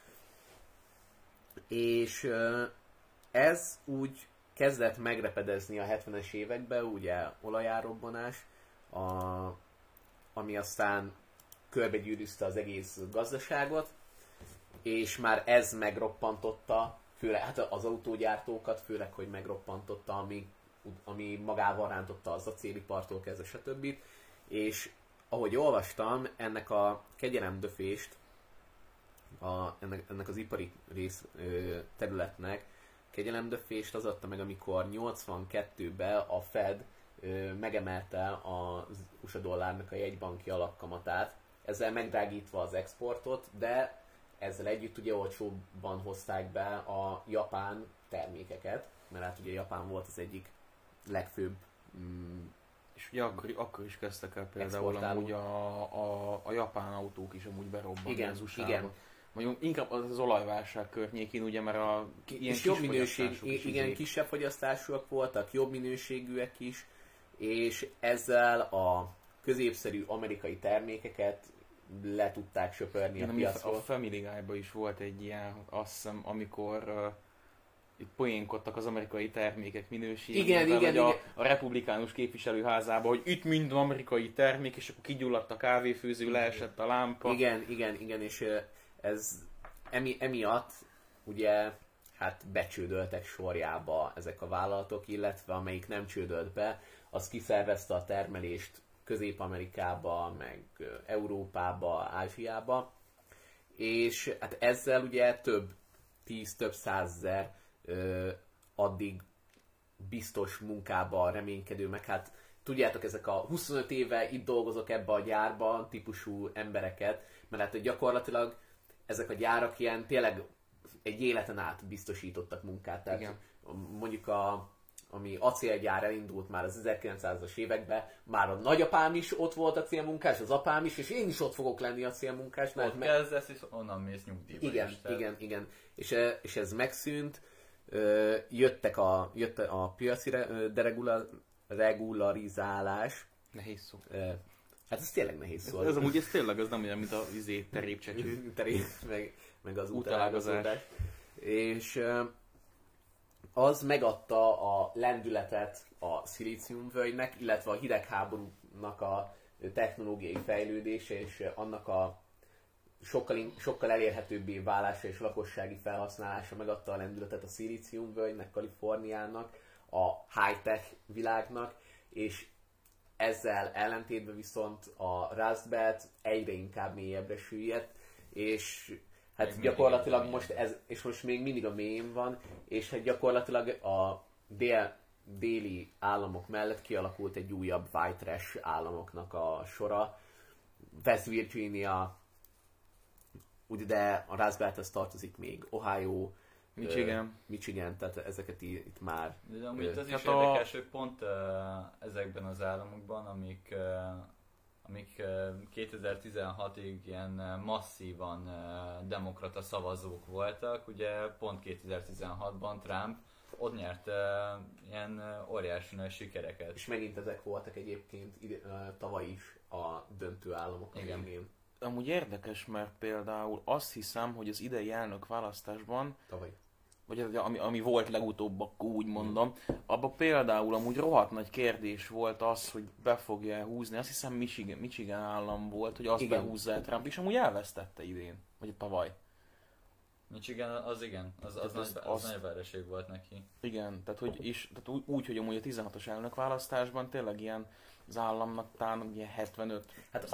És ez úgy kezdett megrepedezni a 70-es években, ugye olajárrobbanás, ami aztán körbegyűrűzte az egész gazdaságot, és már ez megroppantotta, főleg hát az autógyártókat, főleg, hogy megroppantotta, ami magával rántotta az acélipartól kezdve, stb. És ahogy olvastam, ennek a kegyelemdöfést, ennek az ipari területnek kegyelemdöfést az adta meg, amikor 82-ben a Fed megemelte az USA dollárnak a jegybanki alapkamatát, ezzel megdrágítva az exportot, de ezzel együtt ugye olcsóbban hozták be a japán termékeket, mert hát ugye Japán volt az egyik legfőbb és ugye akkor is kezdtek el például amúgy a japán autók is amúgy berobbanni az USA-ba. Igen. Mondjuk inkább az olajválság környékén, ugye, mert ilyen és jobb minőség, kisebb fogyasztásúak voltak, jobb minőségűek is, és ezzel a középszerű amerikai termékeket le tudták söpörni a piacról. A Family Guy-ban is volt egy ilyen, azt hiszem, amikor itt poénkodtak az amerikai termékek minőségével, igen. A republikánus képviselőházában, hogy itt mind amerikai termék, és akkor kigyulladt a kávéfőző, leesett a lámpa. Igen, és ez emiatt ugye hát becsődöltek sorjába ezek a vállalatok, illetve amelyik nem csődölt be, az kiszervezte a termelést Közép-Amerikába, meg Európába, Ázsiába, és hát ezzel ugye több százezer addig biztos munkába reménykedő, meg hát tudjátok, ezek a 25 éve itt dolgozok ebbe a gyárba típusú embereket, mert hát gyakorlatilag ezek a gyárak ilyen tényleg egy életen át biztosítottak munkát. Tehát mondjuk ami acélgyár elindult már az 1900-as években, már a nagyapám is ott volt acélmunkás, az apám is, és én is ott fogok lenni acélmunkás. Ott kezdesz, és onnan mész nyugdíjba igen, is. Tehát... igen. És ez megszűnt, jött a piaci regularizálás. Nehéz szó. Hát ez tényleg nehéz szó. Ez amúgy ez tényleg az nem olyan, mint a terépcsecső. meg az útelágazódás. És az megadta a lendületet a szilíciumvölgynek, illetve a hidegháborúnak a technológiai fejlődése és annak a sokkal elérhetőbbé válása és lakossági felhasználása megadta a lendületet a szilíciumvölgynek, Kaliforniának, a high-tech világnak, és ezzel ellentétben viszont a Rust Belt egyre inkább mélyebbre süllyedt, és hát gyakorlatilag most még mindig a mélyén van, és hát gyakorlatilag a déli államok mellett kialakult egy újabb white trash államoknak a sora. West Virginia, ugye, de a Rust Belthez tartozik még Ohio, Michigan, tehát ezeket itt már... De amúgy az is érdekes, hogy pont ezekben az államokban, amik 2016-ig ilyen masszívan demokrata szavazók voltak, ugye pont 2016-ban Trump ott nyert ilyen óriási nagy sikereket. És megint ezek voltak egyébként tavaly is a döntő államok végén. Amúgy érdekes, mert például azt hiszem, hogy az idei elnök választásban, vagy ami volt legutóbb, akkor úgy mondom, abban például amúgy rohadt nagy kérdés volt az, hogy be fogja húzni, azt hiszem Michigan állam volt, hogy azt behúzza Trump, és amúgy elvesztette idén, vagy tavaly. Michigan, az nagy vereség volt neki. Igen, tehát úgy, hogy amúgy a 16-os elnökválasztásban tényleg ilyen az államnak talán ilyen 75. Hát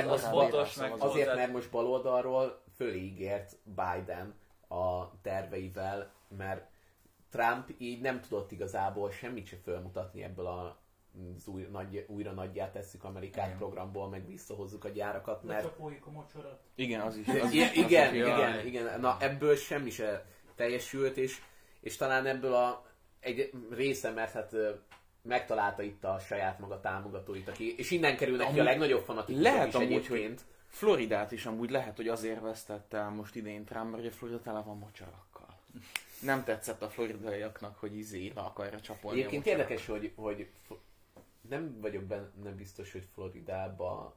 azért, mert most baloldalról fölé ígért Biden a terveivel, mert Trump így nem tudott igazából semmit se fölmutatni ebből az újra nagyját tesszük Amerikát programból, meg visszahozzuk a gyárakat, mert... Lecsapoljuk a mocsarat. Igen, az is. Igen. Na ebből semmi se teljesült, és talán ebből egy része, mert hát megtalálta itt a saját maga támogatóit, és innen kerül neki a legnagyobb fanatikus lehet is amúgy, egyébként. hogy Floridát is amúgy lehet, hogy azért vesztette el most idén Trump, mert a Florida tele van mocsarakkal. Nem tetszett a floridaiaknak, hogy le akarja csapolni. Egyébként érdekes, hogy nem vagyok benne biztos, hogy Floridába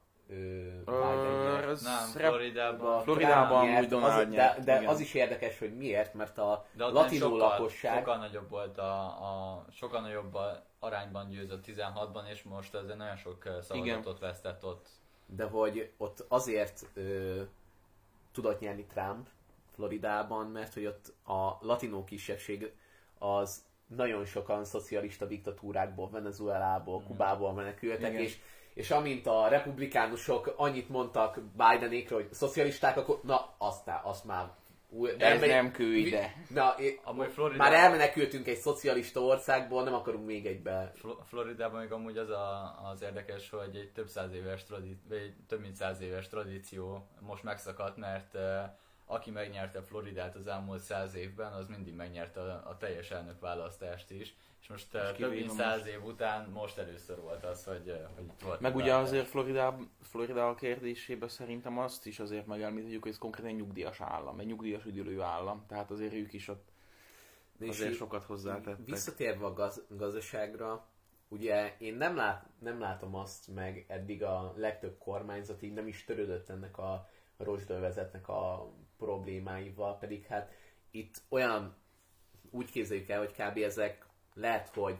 Floridában amúgy Donald nyert. De az is érdekes, hogy miért, mert a latinó lakosság... Sokkal nagyobb volt sokkal nagyobb arányban győzött 16-ban, és most azért nagyon sok szavazatot vesztett ott. De hogy ott azért tudott nyerni Trump Floridában, mert hogy ott a latinó kisebbség az nagyon sokan szocialista diktatúrákból, Venezuelából, Kubából menekültek, és amint a republikánusok annyit mondtak Bidenékre, hogy szocialisták, akkor na, azt már... nem kő ide. Már elmenekültünk egy szocialista országból, nem akarunk még egybe. Floridában még amúgy az érdekes, hogy egy több mint 100 éves tradíció most megszakadt, mert aki megnyerte Floridát az elmúlt 100 évben, az mindig megnyerte a teljes elnökválasztást is. És most több mint 100 év után most először volt az, hogy itt volt. Meg ugye azért Florida kérdésében szerintem azt is azért megemlítjük, hogy ez konkrétan egy nyugdíjas állam, egy nyugdíjas üdülő állam. Tehát azért ők is ott azért sokat hozzátettek. Visszatérve a gazdaságra, ugye én nem látom azt, meg eddig a legtöbb kormányzat így nem is törődött ennek a rozsdövezetnek a problémáival, pedig hát itt olyan, úgy képzeljük el, hogy kb. Ezek lehet, hogy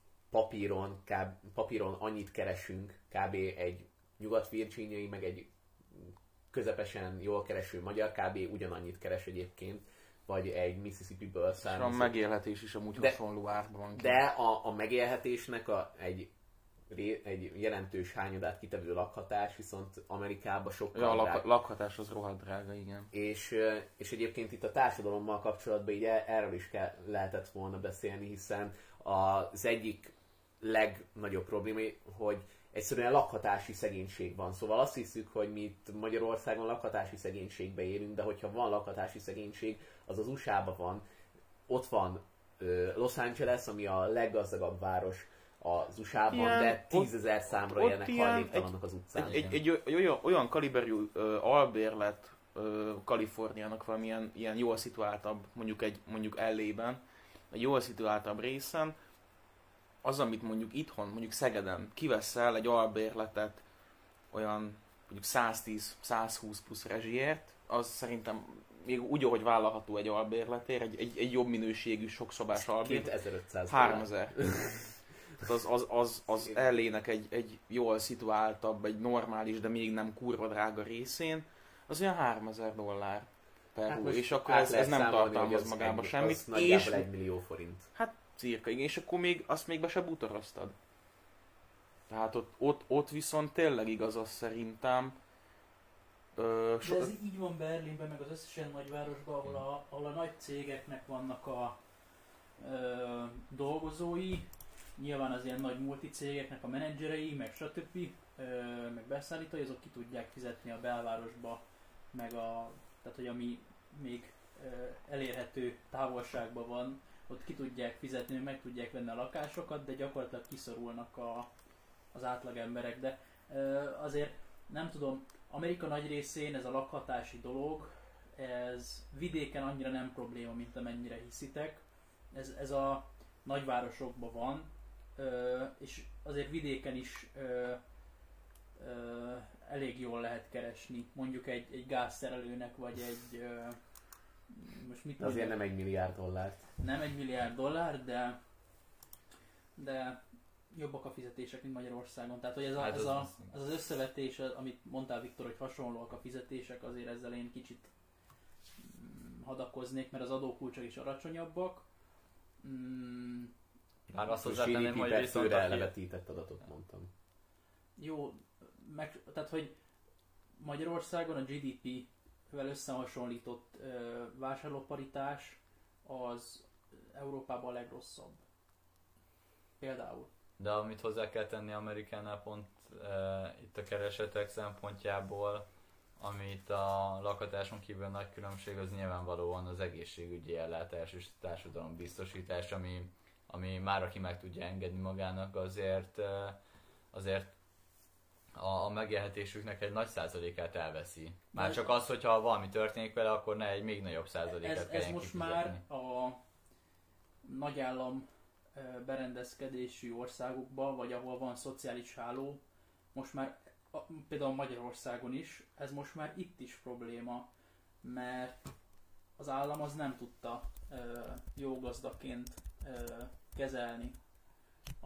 papíron annyit keresünk, kb. Egy nyugat-virginiai, meg egy közepesen jól kereső magyar kb. Ugyanannyit keres egyébként, vagy egy Mississippi-ből származik. És a megélhetés is amúgy hasonló árban. De a megélhetésnek egy jelentős hányadát kitevő lakhatás, viszont Amerikában sokkal drága. Lakhatás az rohadt drága, igen. És egyébként itt a társadalommal kapcsolatban így erről is lehetett volna beszélni, hiszen az egyik legnagyobb probléma, hogy egyszerűen lakhatási szegénység van. Szóval azt hiszük, hogy mi itt Magyarországon lakhatási szegénységbe élünk, de hogyha van lakhatási szegénység, az USA-ban van, ott van Los Angeles, ami a leggazdagabb város az USA-ban, Ilyen, de 10 000 számra ott élnek ilyen hajléktalanok az utcán. egy olyan kaliberű albérlet Kaliforniának valamilyen ilyen jól szituáltabb, mondjuk LA-ben, egy jól szituáltabb részen, az, amit mondjuk itthon, mondjuk Szegeden kiveszel egy albérletet olyan mondjuk 110-120 plusz rezsiért, az szerintem még úgy, ahogy vállalható egy albérletért, egy jobb minőségű sokszobás albérlet. 2500 3000. Tehát az LA-nek egy jól szituáltabb, egy normális, de még nem kurva drága részén, az olyan $3000 per Hát hó, most és akkor át ez lehet nem számolni, tartalmaz hogy magába az semmit. Az nagyjából És 1 millió forint. hát cirka, igen, és akkor még azt még be se bútoroztad. Tehát ott viszont tényleg igaz az szerintem. De ez így van Berlinben, meg az összes ilyen nagyvárosban, ahol a nagy cégeknek vannak a dolgozói, nyilván az ilyen nagy multicégeknek a menedzserei, meg stb. Meg beszállítói, azok ki tudják fizetni a belvárosba, tehát hogy ami még elérhető távolságban van, ott ki tudják fizetni, meg tudják venni a lakásokat, de gyakorlatilag kiszorulnak az átlag emberek. De azért nem tudom, Amerika nagy részén ez a lakhatási dolog, ez vidéken annyira nem probléma, mint amennyire hiszitek. Ez a nagyvárosokban van, és azért vidéken is elég jól lehet keresni. Mondjuk egy gázszerelőnek, vagy egy... most mit Azért mondjak? nem $1 milliárd. Nem $1 milliárd, de jobbak a fizetések, mint Magyarországon. Tehát, hogy ez az összevetés, amit mondtál Viktor, hogy hasonlóak a fizetések, azért ezzel én kicsit hadakoznék, mert az adókulcsok is alacsonyabbak. Már azt Most hozzátenném, hogy GDP-per viszont főre aki... levetített adatot mondtam. Jó, tehát, hogy Magyarországon a GDP-vel összehasonlított vásárlóparitás az Európában a legrosszabb. Például. De amit hozzá kell tenni Amerikánál pont itt a keresetek szempontjából, amit a lakhatáson kívül nagy különbség, az nyilvánvalóan az egészségügyi ellátás és társadalombiztosítás, ami már aki meg tudja engedni magának, azért a megélhetésüknek egy nagy százalékát elveszi. Már csak az, hogyha valami történik vele, akkor ne egy még nagyobb százalékát kelljen Ez most kifizetni. már a nagyállam berendezkedésű országokban, vagy ahol van szociális háló, most már például Magyarországon is, ez most már itt is probléma, mert az állam az nem tudta jó gazdaként kezelni a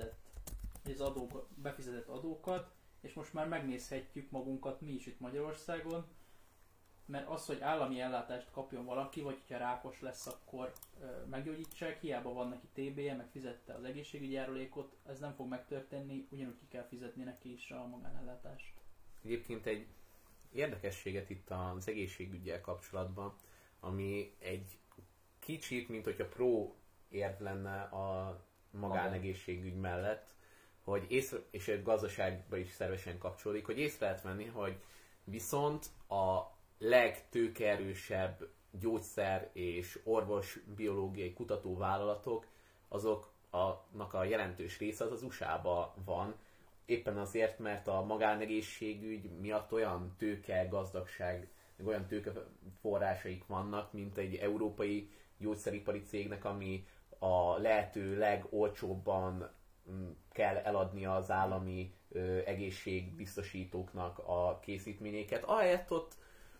befizetett adókat, és most már megnézhetjük magunkat mi is itt Magyarországon, mert az, hogy állami ellátást kapjon valaki, vagy hogyha rákos lesz, akkor meggyógyítsák, hiába van neki TB-je, meg fizette az egészségügyi járulékot, ez nem fog megtörténni, ugyanúgy ki kell fizetni neki is a magánellátást. Egyébként egy érdekességet itt az egészségüggyel kapcsolatban, ami egy kicsit, mint hogyha pro érv lenne a magánegészségügy mellett, hogy és a gazdaságba is szervesen kapcsolódik, hogy észre lehet venni, hogy viszont a legtőkeerősebb gyógyszer és orvosbiológiai kutatóvállalatok, azoknak a jelentős része az USA-ban van, éppen azért, mert a magánegészségügy miatt olyan gazdagság, olyan tőkeforrásaik vannak, mint egy európai gyógyszeripari cégnek, ami a lehető legolcsóbban kell eladnia az állami egészségbiztosítóknak a készítményeket. Ahelyett ott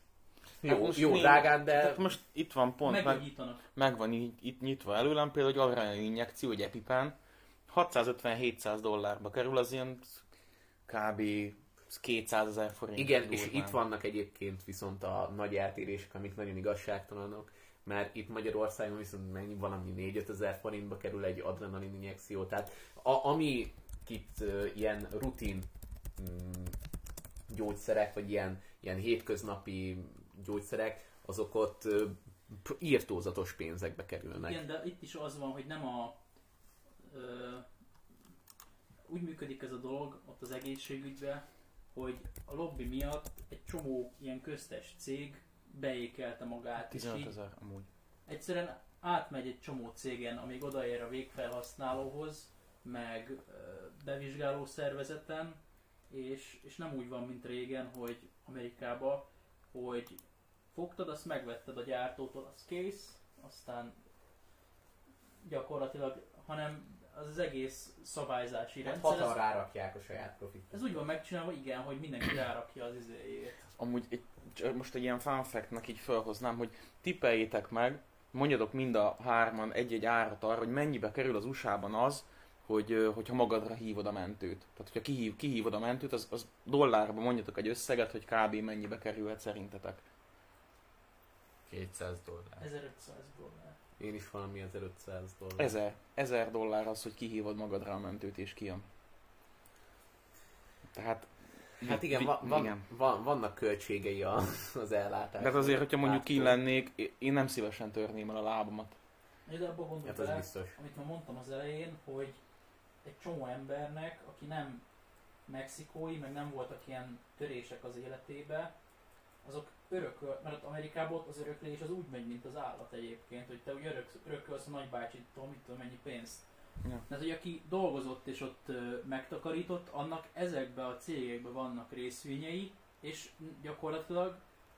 jó drágán, de... Tehát most itt van pont, meg van itt nyitva előlem, például egy aranyinjekció, egy EpiPen, $650-700 kerül, az ilyen kb. 200 000 forint. Igen, durván. és itt vannak egyébként viszont a nagy eltérések, amik nagyon igazságtalanok, mert itt Magyarországon viszont mennyi, valami 4-5 ezer forintba kerül egy adrenalin injekció, tehát ami itt ilyen rutin gyógyszerek, vagy ilyen hétköznapi gyógyszerek, azok ott írtózatos pénzekbe kerülnek. Igen, de itt is az van, hogy nem úgy működik ez a dolog ott az egészségügyben, hogy a lobby miatt egy csomó ilyen köztes cég beékelte magát. 15 000 amúgy. Egyszerűen átmegy egy csomó cégen, amíg odaér a végfelhasználóhoz, meg bevizsgáló szervezeten, és nem úgy van, mint régen, hogy Amerikában, hogy fogtad, azt megvetted a gyártótól, az kész, aztán gyakorlatilag, hanem az egész szabályzási rendszer. Hatalra rárakják a saját profitot. Ez úgy van megcsinálva, igen, hogy mindenki rárakja az izéjét. Amúgy most egy ilyen fun fact-nek így felhoznám, hogy tippeljétek meg, mondjatok mind a hárman egy-egy árat arra, hogy mennyibe kerül az USA-ban az, hogyha magadra hívod a mentőt. Tehát, hogyha kihívod a mentőt, az dollárban mondjatok egy összeget, hogy kb. Mennyibe kerülhet szerintetek. $200. 1500 dollár. Én is valami $1500. $1000 az, hogy kihívod magadra a mentőt és kijön. Tehát... Hát igen, vannak költségei az ellátásnak. Tehát azért, hogyha mondjuk kín lennék, én nem szívesen törném el a lábamat. De abba gondolj Hát bele, biztos. amit már mondtam az elején, hogy egy csomó embernek, aki nem mexikói, meg nem voltak ilyen törések az életébe, azok örököl, mert Amerikában ott az öröklés az úgy megy, mint az állat egyébként, hogy te úgy örökölsz a nagybácsitól, mit tudom, mennyi pénzt. Ja. Tehát, hogy aki dolgozott és ott megtakarított, annak ezekben a cégekben vannak részvényei, és gyakorlatilag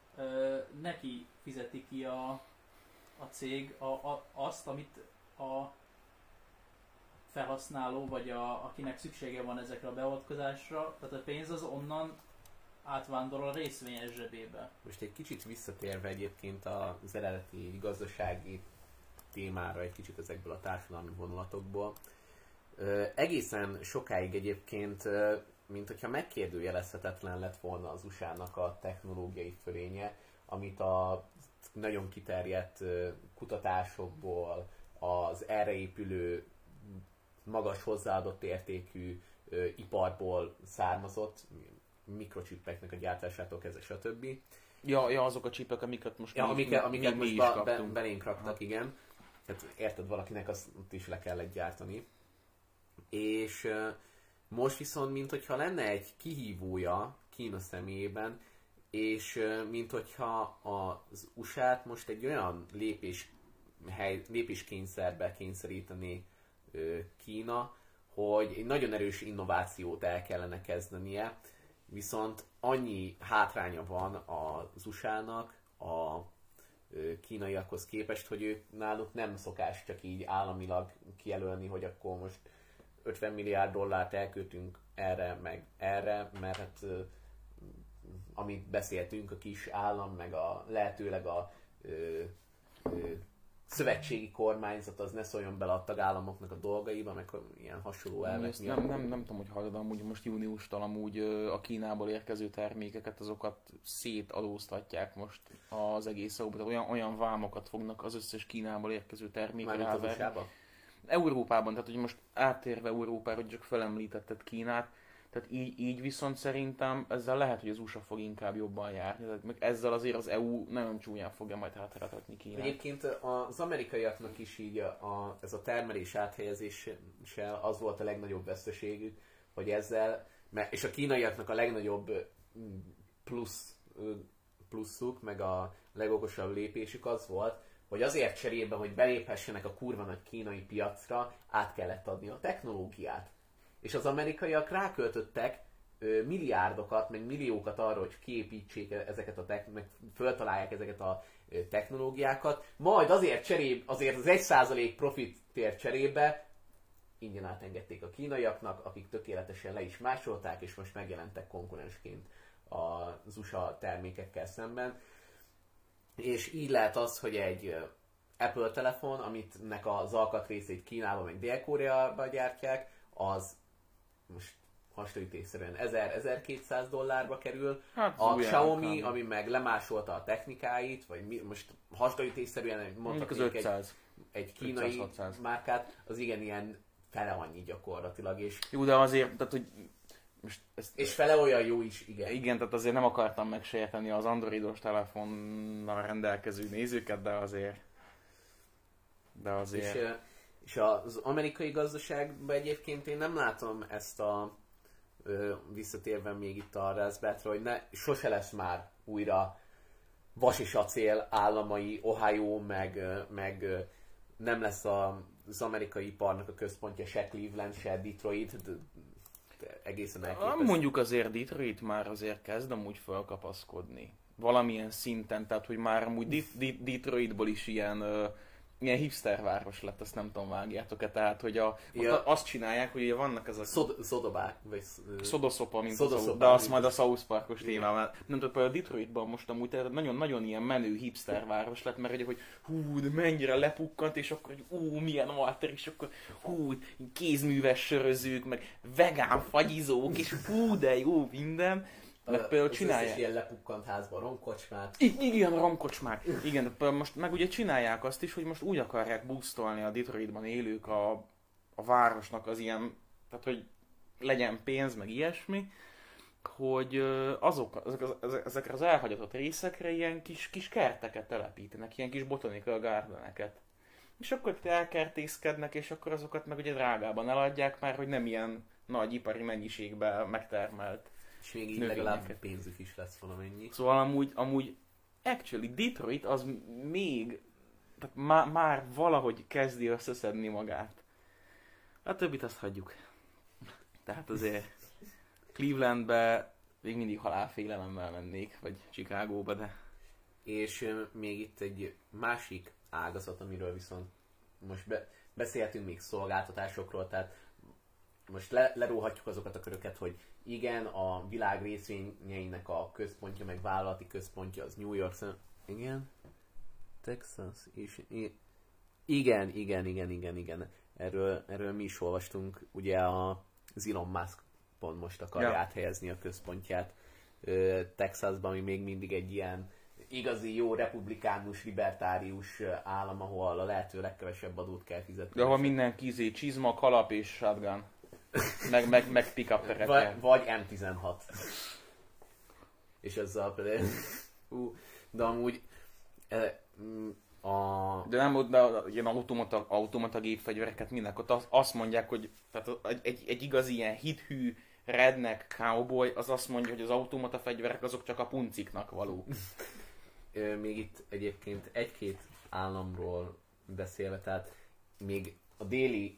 neki fizeti ki a cég azt, amit a felhasználó, vagy akinek szüksége van ezekre a beavatkozásra, tehát a pénz az onnan átvándorol a részvényes zsebébe. Most egy kicsit visszatérve egyébként az eredeti gazdasági témára, egy kicsit ezekből a társadalmi vonulatokból. Egészen sokáig egyébként, mint hogyha megkérdőjelezhetetlen lett volna az USA-nak a technológiai fölénye, amit a nagyon kiterjedt kutatásokból, az erre épülő magas hozzáadott értékű iparból származott, mikrocsippeknek a gyártásától kezdve, stb. Ja, azok a csipek, amiket most amiket mi most is kaptunk. belénk raktak, igen. Tehát érted, valakinek azt is le kellett gyártani. És most viszont, mint hogyha lenne egy kihívója Kína személyében, és mint hogyha az USA-t most egy olyan lépéskényszerbe kényszerítené Kína, hogy egy nagyon erős innovációt el kellene kezdenie, viszont annyi hátránya van az USA-nak a kínaiakhoz képest, hogy ők náluk nem szokás csak így államilag kijelölni, hogy akkor most $50 milliárd elköltünk erre, meg erre, mert hát amit beszéltünk, a kis állam, meg lehetőleg a szövetségi kormányzat az ne szóljon bele a tagállamoknak a dolgaiba, meg ilyen hasonló elvek miatt. Nem tudom, hogy hallod, amúgy most júniustól amúgy a Kínából érkező termékeket, azokat szétadóztatják most az egész EU-ban. Olyan vámokat fognak az összes Kínából érkező termékre Mármint az USA-ba? Európában, tehát hogy most áttérve Európára, hogy csak felemlítetted Kínát, tehát így viszont szerintem ezzel lehet, hogy az USA fog inkább jobban járni, tehát meg ezzel azért az EU nagyon csúnyán fogja majd hátráltatni Kínát. Egyébként az amerikaiaknak is így ez a termelés áthelyezéssel az volt a legnagyobb veszteségük, hogy ezzel, és a kínaiaknak a legnagyobb pluszuk, meg a legokosabb lépésük az volt, hogy azért cserében, hogy beléphessenek a kurva nagy kínai piacra, át kellett adni a technológiát. És az amerikaiak ráköltöttek milliárdokat, meg milliókat arra, hogy kiépítsék ezeket meg föltalálják ezeket a technológiákat, majd azért az 1% profitért cserébe ingyen átengedték a kínaiaknak, akik tökéletesen le is másolták, és most megjelentek konkurensként az USA termékekkel szemben. És így lehet az, hogy egy Apple telefon, amitnek az alkatrészét Kínában, meg Dél-Koreában gyártják, az most hasonlítésszerűen $1000-1200 kerül. Hát, a Xiaomi, ami meg lemásolta a technikáit, vagy most hasonlítésszerűen mondhatnék egy kínai 500-600 márkát, az igen ilyen fele annyi gyakorlatilag. És jó, de azért, tehát hogy most és fele olyan jó is, igen. Igen, tehát azért nem akartam megsérteni az androidos telefonnal rendelkező nézőket, de azért... És az amerikai gazdaságban egyébként én nem látom ezt visszatérve még itt a Raspberry-re, hogy sose lesz már újra vas és acél államai, Ohio, meg nem lesz az amerikai iparnak a központja se Cleveland, se Detroit, de egészen elképesztő. Mondjuk azért Detroit már azért kezd amúgy felkapaszkodni. Valamilyen szinten, tehát hogy már amúgy Detroitból is ilyen hipster város lett, azt nem tudom, vágjátok-e, tehát hogy azt csinálják, hogy ugye vannak ezek... Szodobák, vagy... Szodoszopa, mint Szodoszopa, de az majd a South Parkos témával. Nem tudom, például Detroitban most amúgy nagyon-nagyon ilyen menő hipster város lett, mert ugye, hogy de mennyire lepukkant, és akkor, hogy milyen alter, és akkor kézműves sörözők, meg vegán fagyizók, és de jó minden. Meg például csinálják. Az ilyen lepukkant házban romkocsmát. Igen, romkocsmák. Igen, de most meg ugye csinálják azt is, hogy most úgy akarják boostolni a Detroitban élők a városnak az ilyen, tehát hogy legyen pénz, meg ilyesmi, hogy ezekre az elhagyatott részekre ilyen kis kerteket telepítenek, ilyen kis botanical gardeneket. És akkor itt elkertészkednek, és akkor azokat meg ugye drágában eladják már, hogy nem ilyen nagy ipari mennyiségben megtermelt. És még így legalább pénzük is lesz valamennyi. Szóval amúgy actually Detroit az még, tehát már valahogy kezdi összeszedni magát. A többit azt hagyjuk. Tehát azért Clevelandbe még mindig halálfélelemmel mennék, vagy Chicagóba, de... És még itt egy másik ágazat, amiről viszont most beszélhetünk még szolgáltatásokról, tehát most leróhatjuk azokat a köröket, hogy igen, a világ részvényeinek a központja, meg vállalati központja az New York, igen, Texas, és igen. Erről mi is olvastunk, ugye az Elon Musk pont most akarja áthelyezni a központját Texasban, ami még mindig egy ilyen igazi jó republikánus, libertárius állam, ahol a lehető legkevesebb adót kell fizetni. De ahol mindenki csizma, kalap és shotgun. meg pick-up terepje. Vagy M16. És ezzel például... de amúgy... De nem, de ilyen automata gépfegyvereket mindenek ott azt mondják, hogy tehát egy igazi ilyen hithű redneck cowboy az azt mondja, hogy az automata fegyverek azok csak a punciknak való. Még itt egyébként egy-két államról beszélve, tehát még a déli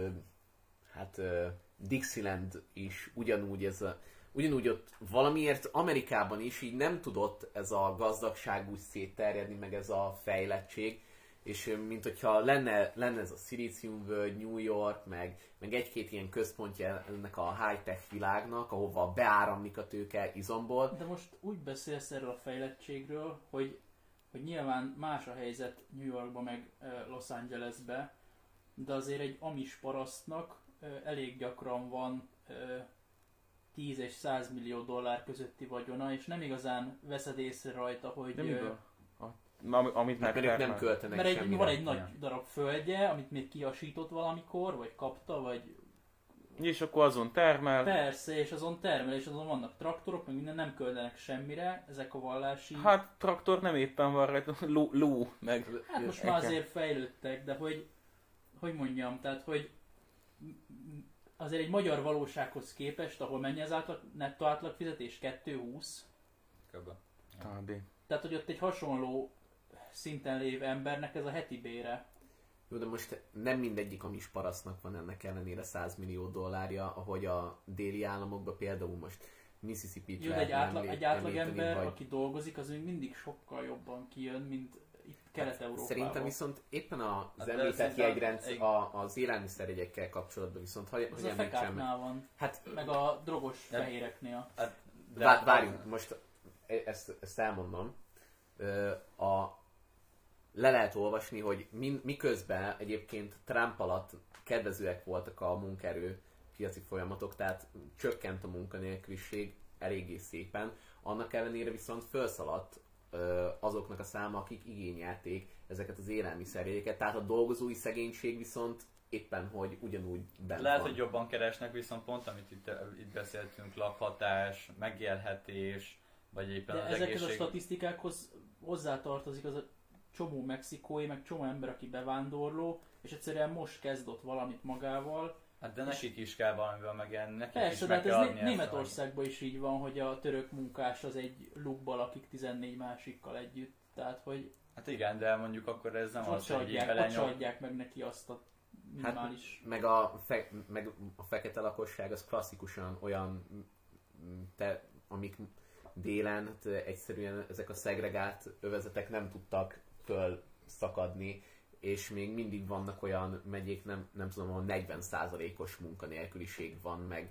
Dixieland is ugyanúgy ott valamiért Amerikában is így nem tudott ez a gazdagság úgy szétterjedni, meg ez a fejlettség, és mint hogyha lenne ez a Szilíciumvölgy, New York, meg egy-két ilyen központja ennek a high-tech világnak, ahova beáramlik a tőke izomból. De most úgy beszélsz erről a fejlettségről, hogy nyilván más a helyzet New Yorkban meg Los Angelesben, de azért egy amis parasztnak elég gyakran van 10 és 100 millió dollár közötti vagyona, és nem igazán veszed észre rajta, hogy... Amit nem költenek mert semmire. Van egy nagy darab földje, amit még kiasított valamikor, vagy kapta, vagy... És akkor azon termel. Persze, és azon termel, és azon vannak traktorok, meg minden, nem költenek semmire, ezek a vallási... Hát traktor nem éppen van rajta, ló meg... Hát most már azért fejlődtek, de hogy mondjam, tehát hogy azért egy magyar valósághoz képest, ahol mennyi az nettó átlag fizetés? 2,20? Kb. Tehát, hogy ott egy hasonló szinten lévő embernek ez a heti bére. Jó, de most nem mindegyik amis parasztnak van ennek ellenére 100 millió dollárja, ahogy a déli államokban például most Mississippi-t jó, de egy átlag ember, vagy... aki dolgozik, az még mindig sokkal jobban kijön, mint itt Kelet-Európában. Szerintem viszont éppen az említett jegyrendszer, az élelmiszerjegyekkel kapcsolatban viszont, hogy az a fekáknál van, meg a drogos fehéreknél. Várjunk, most ezt elmondom. Le lehet olvasni, hogy miközben egyébként Trump alatt kedvezőek voltak a munkaerő piaci folyamatok, tehát csökkent a munkanélküliség eléggé szépen, annak ellenére viszont felszaladt azoknak a száma, akik igényelték ezeket az élelmiszerjegyeket, tehát a dolgozói szegénység viszont éppen, hogy ugyanúgy benne lehet, van. hogy jobban keresnek, viszont pont amit itt beszéltünk, lakhatás, megélhetés, vagy éppen de az ezekhez egészség... a statisztikákhoz hozzátartozik az a csomó mexikói, meg csomó ember, aki bevándorló, és egyszerűen most kezd ott valamit magával. Hát de nekik is kell valamivel megjelenni, nekik persze, is de meg kell hát adni ez Németországban is így van, hogy a török munkás az egy lukban lakik 14 másikkal együtt. Tehát, hogy Hát igen, de mondjuk akkor ez nem És ott az, se hogy így adják, ott se belenyom. adják meg neki azt a minimális... meg meg a fekete lakosság az klasszikusan olyan, amik délen hát egyszerűen ezek a szegregált övezetek nem tudtak fölszakadni, és még mindig vannak olyan megyék, nem tudom, ahol 40%-os munkanélküliség van, meg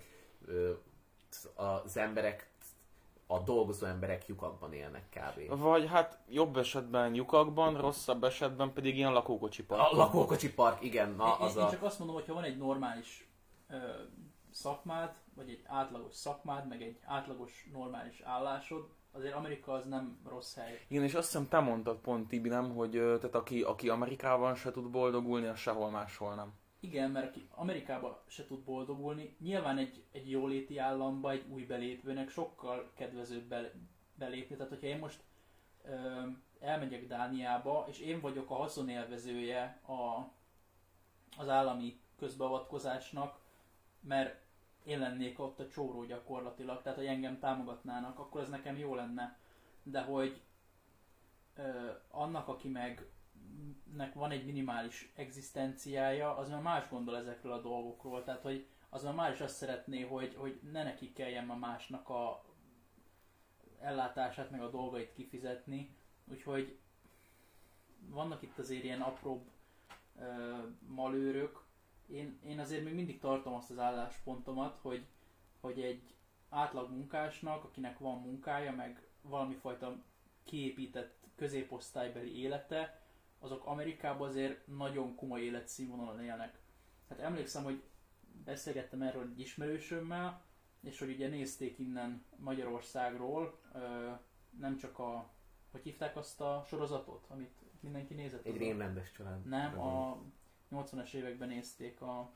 az emberek, a dolgozó emberek lyukakban élnek kb. Vagy hát jobb esetben lyukakban, rosszabb esetben pedig ilyen lakókocsi park. A lakókocsi park, igen. Én csak azt mondom, hogy ha van egy normális szakmád, vagy egy átlagos szakmád, meg egy átlagos normális állásod, azért Amerika az nem rossz hely. Igen, és azt hiszem te mondtad pont, Tibi, nem, hogy tehát aki Amerikában se tud boldogulni, az sehol máshol nem. Igen, mert aki Amerikában se tud boldogulni, nyilván egy jóléti államba, egy új belépőnek sokkal kedvezőbb belépni. Tehát, hogyha én most elmegyek Dániába, és én vagyok a haszonélvezője az állami közbeavatkozásnak, mert én lennék ott a csóró gyakorlatilag, tehát hogy engem támogatnának, akkor ez nekem jó lenne. De hogy annak, aki nek van egy minimális egzisztenciája, az már más gondol ezekről a dolgokról. Tehát, hogy az már is azt szeretné, hogy ne neki kelljen a másnak a ellátását, meg a dolgait kifizetni. Úgyhogy vannak itt azért ilyen apróbb malőrök. Én azért még mindig tartom azt az álláspontomat, hogy egy átlag munkásnak, akinek van munkája, meg valami fajta kiépített középosztálybeli élete, azok Amerikában azért nagyon komoly életszínvonalon élnek. Hát emlékszem, hogy beszélgettem erről egy ismerősömmel, és hogy ugye nézték innen Magyarországról, nem csak hogy hívták azt a sorozatot, amit mindenki nézett? Egy rémrendes család. Nem, a 80-as években nézték a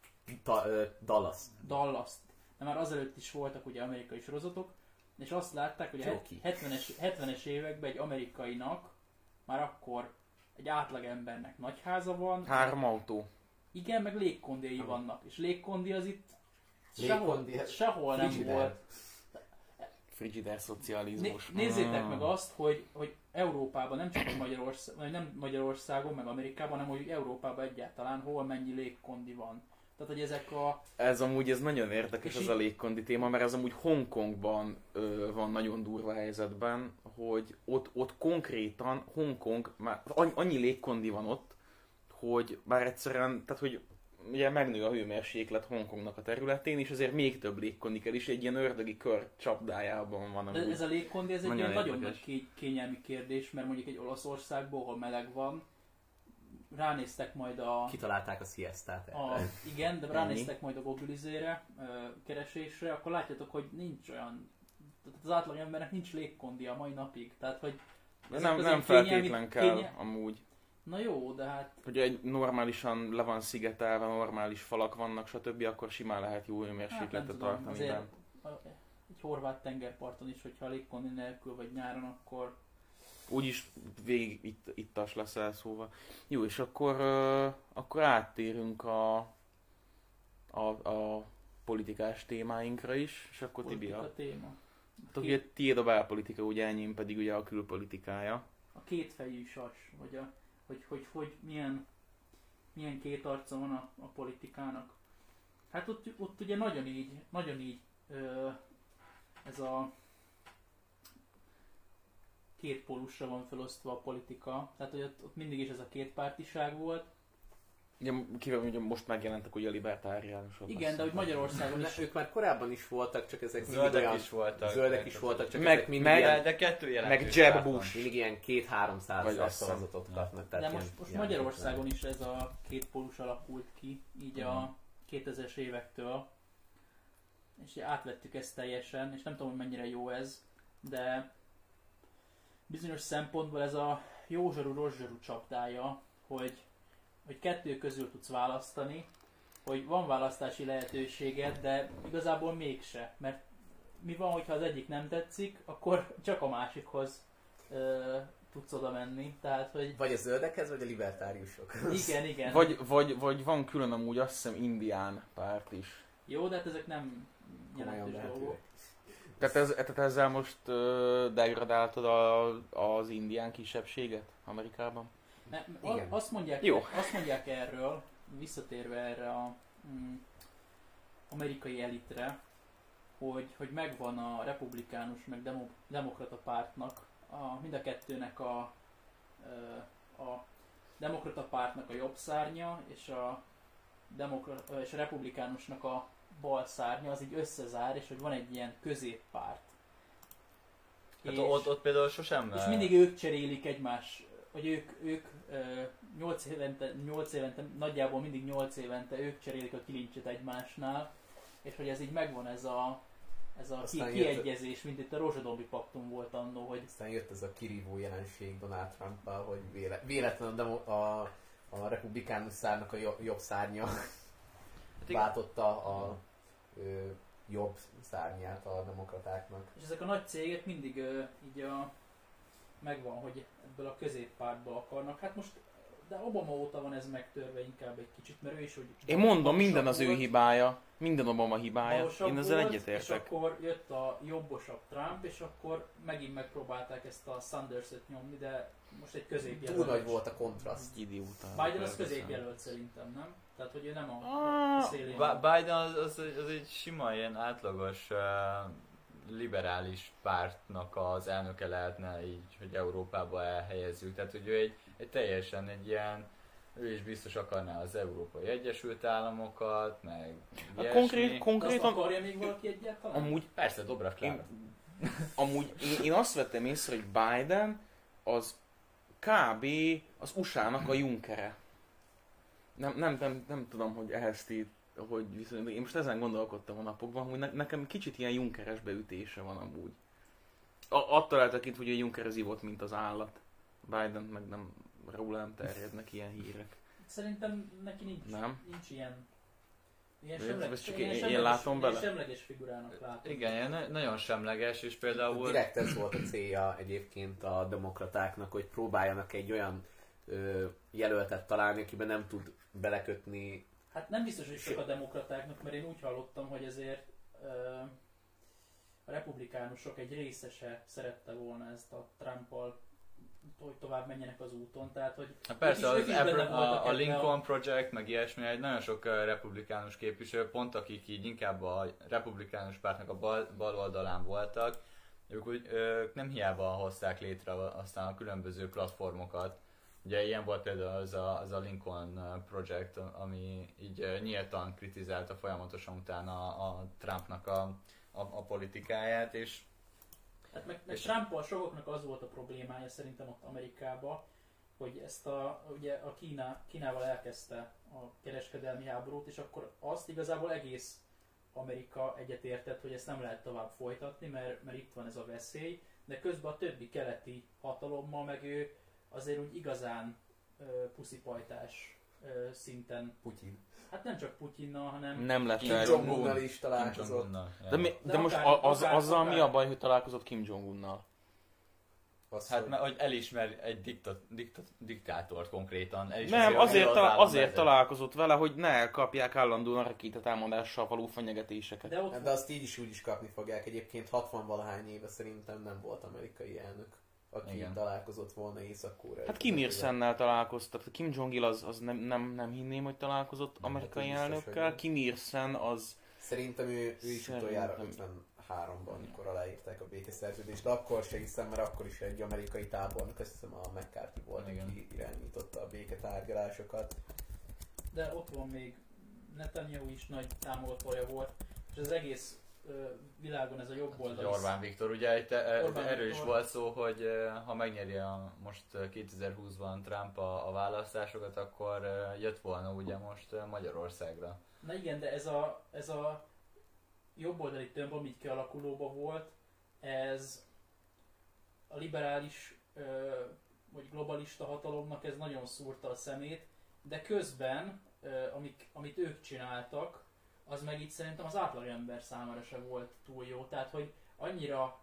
Dallas-t. De már azelőtt is voltak ugye amerikai sorozatok, és azt látták, hogy a 70-es években egy amerikainak már akkor egy átlagembernek nagy háza van. 3 autó. Igen, meg légkondéi vannak. És légkondi az itt sehol nem frigider. volt. Frigider szocializmus. Nézzétek meg azt, hogy Európában, nem csak nem Magyarországon, meg Amerikában, hanem hogy Európában egyáltalán hol mennyi légkondi van. Tehát, hogy ezek Ez nagyon érdekes ez a légkondi téma, mert ez amúgy Hongkongban van nagyon durva helyzetben, hogy ott konkrétan Hongkong, már annyi légkondi van ott, hogy bár egyszerűen, tehát hogy ugye megnő a hőmérséklet Hongkongnak a területén, és ezért még több légkondi kell, és egy ilyen ördögi kör csapdájában van. De ez a légkondi, ez egy nagyon érdekes. nagy kényelmi kérdés, mert mondjuk egy Olaszországból, ahol meleg van, ránéztek majd kitalálták a siestát. Igen, de ránéztek majd a Google keresésre, akkor látjátok, hogy nincs olyan, tehát az átlag embernek nincs légkondi a mai napig. Tehát, hogy nem feltétlen kell amúgy. Na jó, de hát... Hogyha egy normálisan le van szigetelve, normális falak vannak, stb., akkor simán lehet jó hőmérsékletet tartani. Azért egy horvát tengerparton is, hogyha légkondi nélkül vagy nyáron, akkor... Úgyis végig ittas leszel, szóval. Jó, és akkor áttérünk a politikás témáinkra is, és akkor Tibi a téma. Ugye tiéd a belpolitika, ugye enyém pedig ugye a külpolitikája. A kétfejű sas, vagy hogy milyen két arca van a politikának. Hát ott ugye nagyon így ez a két pólusra van felosztva a politika. Tehát, hogy ott mindig is ez a kétpártiság volt. Ugye, kivel ugye most megjelentek ugye a libertáriánusok. Igen, de hogy Magyarországon is... Ők már korábban is voltak, csak ezek zöldek is voltak. Zöldek is voltak, csak meg, ezek mindig ilyen, de kettő meg jelentős. Jeb Bush. mindig ilyen 200-300 szavazatot kapnak. De most Magyarországon is ez a két pólus alakult ki, így a 2000-es évektől. És átvettük ezt teljesen, és nem tudom, hogy mennyire jó ez, de bizonyos szempontból ez a jó zsarú, rossz zsarú csapdája, hogy kettő közül tudsz választani, hogy van választási lehetőséged, de igazából mégse. Mert mi van, hogyha az egyik nem tetszik, akkor csak a másikhoz tudsz oda menni. Tehát, hogy... Vagy a zöldekhez, vagy a libertáriusokhoz. Igen. Vagy van külön amúgy azt hiszem indián párt is. Jó, de hát ezek nem jelentős dolgok. Tehát ezzel most degradáltad az indián kisebbséget Amerikában? Igen. Azt mondják erről, visszatérve erre a amerikai elitre, hogy megvan a republikánus meg demokrata pártnak, mind a kettőnek a demokrata pártnak a jobb szárnya, és a republikánusnak a bal szárnya, az így összezár, és hogy van egy ilyen középpárt. Hát ott például sosem... És mindig ők cserélik egymás, vagy ők 8 évente, nagyjából mindig 8 évente ők cserélik a kilincset egymásnál, és hogy ez így megvan ez a kiegyezés, mint itt a Rózsadombi Paktum volt annó, hogy... Aztán jött ez a kirívó jelenség Donald Trump-al, hogy véletlenül a republikánus szárnak a jobb szárnya váltotta a jobb szárnyát a demokratáknak. És ezek a nagy cégek mindig így megvan, hogy ebből a középpártba akarnak. Hát most, de Obama óta van ez megtörve inkább egy kicsit, mert ő is, hogy... Én mondom, minden az ő hibája. Minden Obama hibája. Én ezzel És egyetértek. akkor jött a jobbosabb Trump, és akkor megint megpróbálták ezt a Sanders-et nyomni, de most egy középjelölt. Túl nagy volt a kontraszt. Idióta. Biden az középjelölt szerintem, nem? Tehát, hogy ő nem a szélén. Biden az egy sima, ilyen átlagos liberális pártnak az elnöke lehetne így, hogy Európába elhelyezzük. Tehát, hogy ő egy teljesen egy ilyen, ő is biztos akarná az Európai Egyesült Államokat, meg ilyesmi. Konkrétan... Azt akarja még valaki egyáltalán? Amúgy persze, Dobrev Klára. Én azt vettem észre, hogy Biden az kb. Az USA-nak a Junckere. Nem tudom, hogy ehhez hogy viszont én most ezen gondolkodtam a napokban, hogy nekem kicsit ilyen Junckeres beütése van amúgy. Attól eltekintve, hogy a Juncker az ivott, mint az állat. Biden meg nem, róla nem terjednek ilyen hírek. Szerintem neki nincs ilyen semleges figurának látom. Igen, nagyon semleges, és például... Direkt ez volt a célja egyébként a demokratáknak, hogy próbáljanak egy olyan jelöltet találni, akiben nem tud belekötni. Hát nem biztos, hogy csak a demokratáknak, mert én úgy hallottam, hogy ezért a republikánusok egy részese szerette volna ezt a Trumpal, hogy tovább menjenek az úton, tehát hogy... Persze, a Lincoln Project, meg ilyesmi, egy nagyon sok republikánus képviselő, pont akik így inkább a republikánus pártnak a bal oldalán voltak, ők nem hiába hozták létre aztán a különböző platformokat. Ugye ilyen volt például az a Lincoln Project, ami így nyíltan kritizálta folyamatosan utána a Trumpnak a politikáját, és hát meg Trumpal sokaknak az volt a problémája szerintem ott Amerikában, hogy ezt ugye a Kínával elkezdte a kereskedelmi háborút, és akkor azt igazából egész Amerika egyetértett, hogy ezt nem lehet tovább folytatni, mert itt van ez a veszély, de közben a többi keleti hatalommal meg ő azért úgy igazán puszipajtás szinten. Putyin. Hát nem csak Putyinnal, hanem... Nem lett Kim Jong-unnal is találkozott. De most azzal mi a baj, hogy találkozott Kim Jong-unnal? Hát mert hogy elismer egy diktátort konkrétan. Nem, azért találkozott vele, hogy ne kapják állandóan rakétatámadással való fenyegetéseket. De azt így is úgy is kapni fogják. Egyébként 60-valahány éve szerintem nem volt amerikai elnök, aki találkozott volna Észak-Koreával. Hát Kim Il-sennel találkoztak. Kim Jong-il az nem hinném, hogy találkozott amerikai elnökkel. Kim Il-sen az... Szerintem ő is utoljára 53-ban, amikor aláírták a békeszerződést, de akkor se hiszem, mert akkor is egy amerikai tábornok, azt hiszem a McCarthy volt, aki irányította a béketárgyalásokat. De ott van még Netanyahu is nagy támogatója volt, és az egész világon ez a jobb oldal. Orbán Viktor, ugye erről is volt szó, hogy ha megnyeri most 2020-ban Trump a választásokat, akkor jött volna ugye most Magyarországra. Na igen, de ez a jobboldali tömb, ami így kialakulóban volt, ez a liberális vagy globalista hatalomnak ez nagyon szúrta a szemét, de közben, amit ők csináltak, az meg itt szerintem az átlagember számára se volt túl jó. Tehát, hogy annyira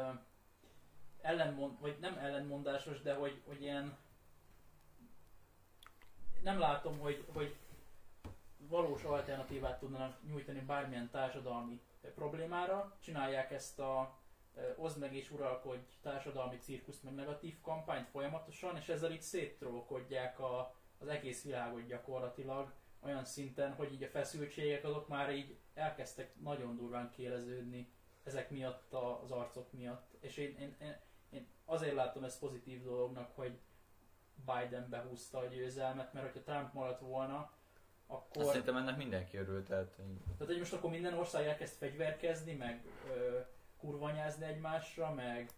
vagy nem ellenmondásos, de hogy ilyen nem látom, hogy valós alternatívát tudnának nyújtani bármilyen társadalmi problémára, csinálják ezt a oszd meg és uralkodj társadalmi cirkuszt, meg negatív kampányt folyamatosan, és ezzel így széttrókodják az egész világot gyakorlatilag olyan szinten, hogy így a feszültségek azok már így elkezdtek nagyon durván kéreződni ezek miatt, az arcok miatt. És én azért látom ezt pozitív dolognak, hogy Biden behúzta a győzelmet, mert hogyha Trump maradt volna, akkor... Szerintem ennek mindenki örült. Tehát hogy most akkor minden ország elkezd fegyverkezni, meg kurvanyázni egymásra, meg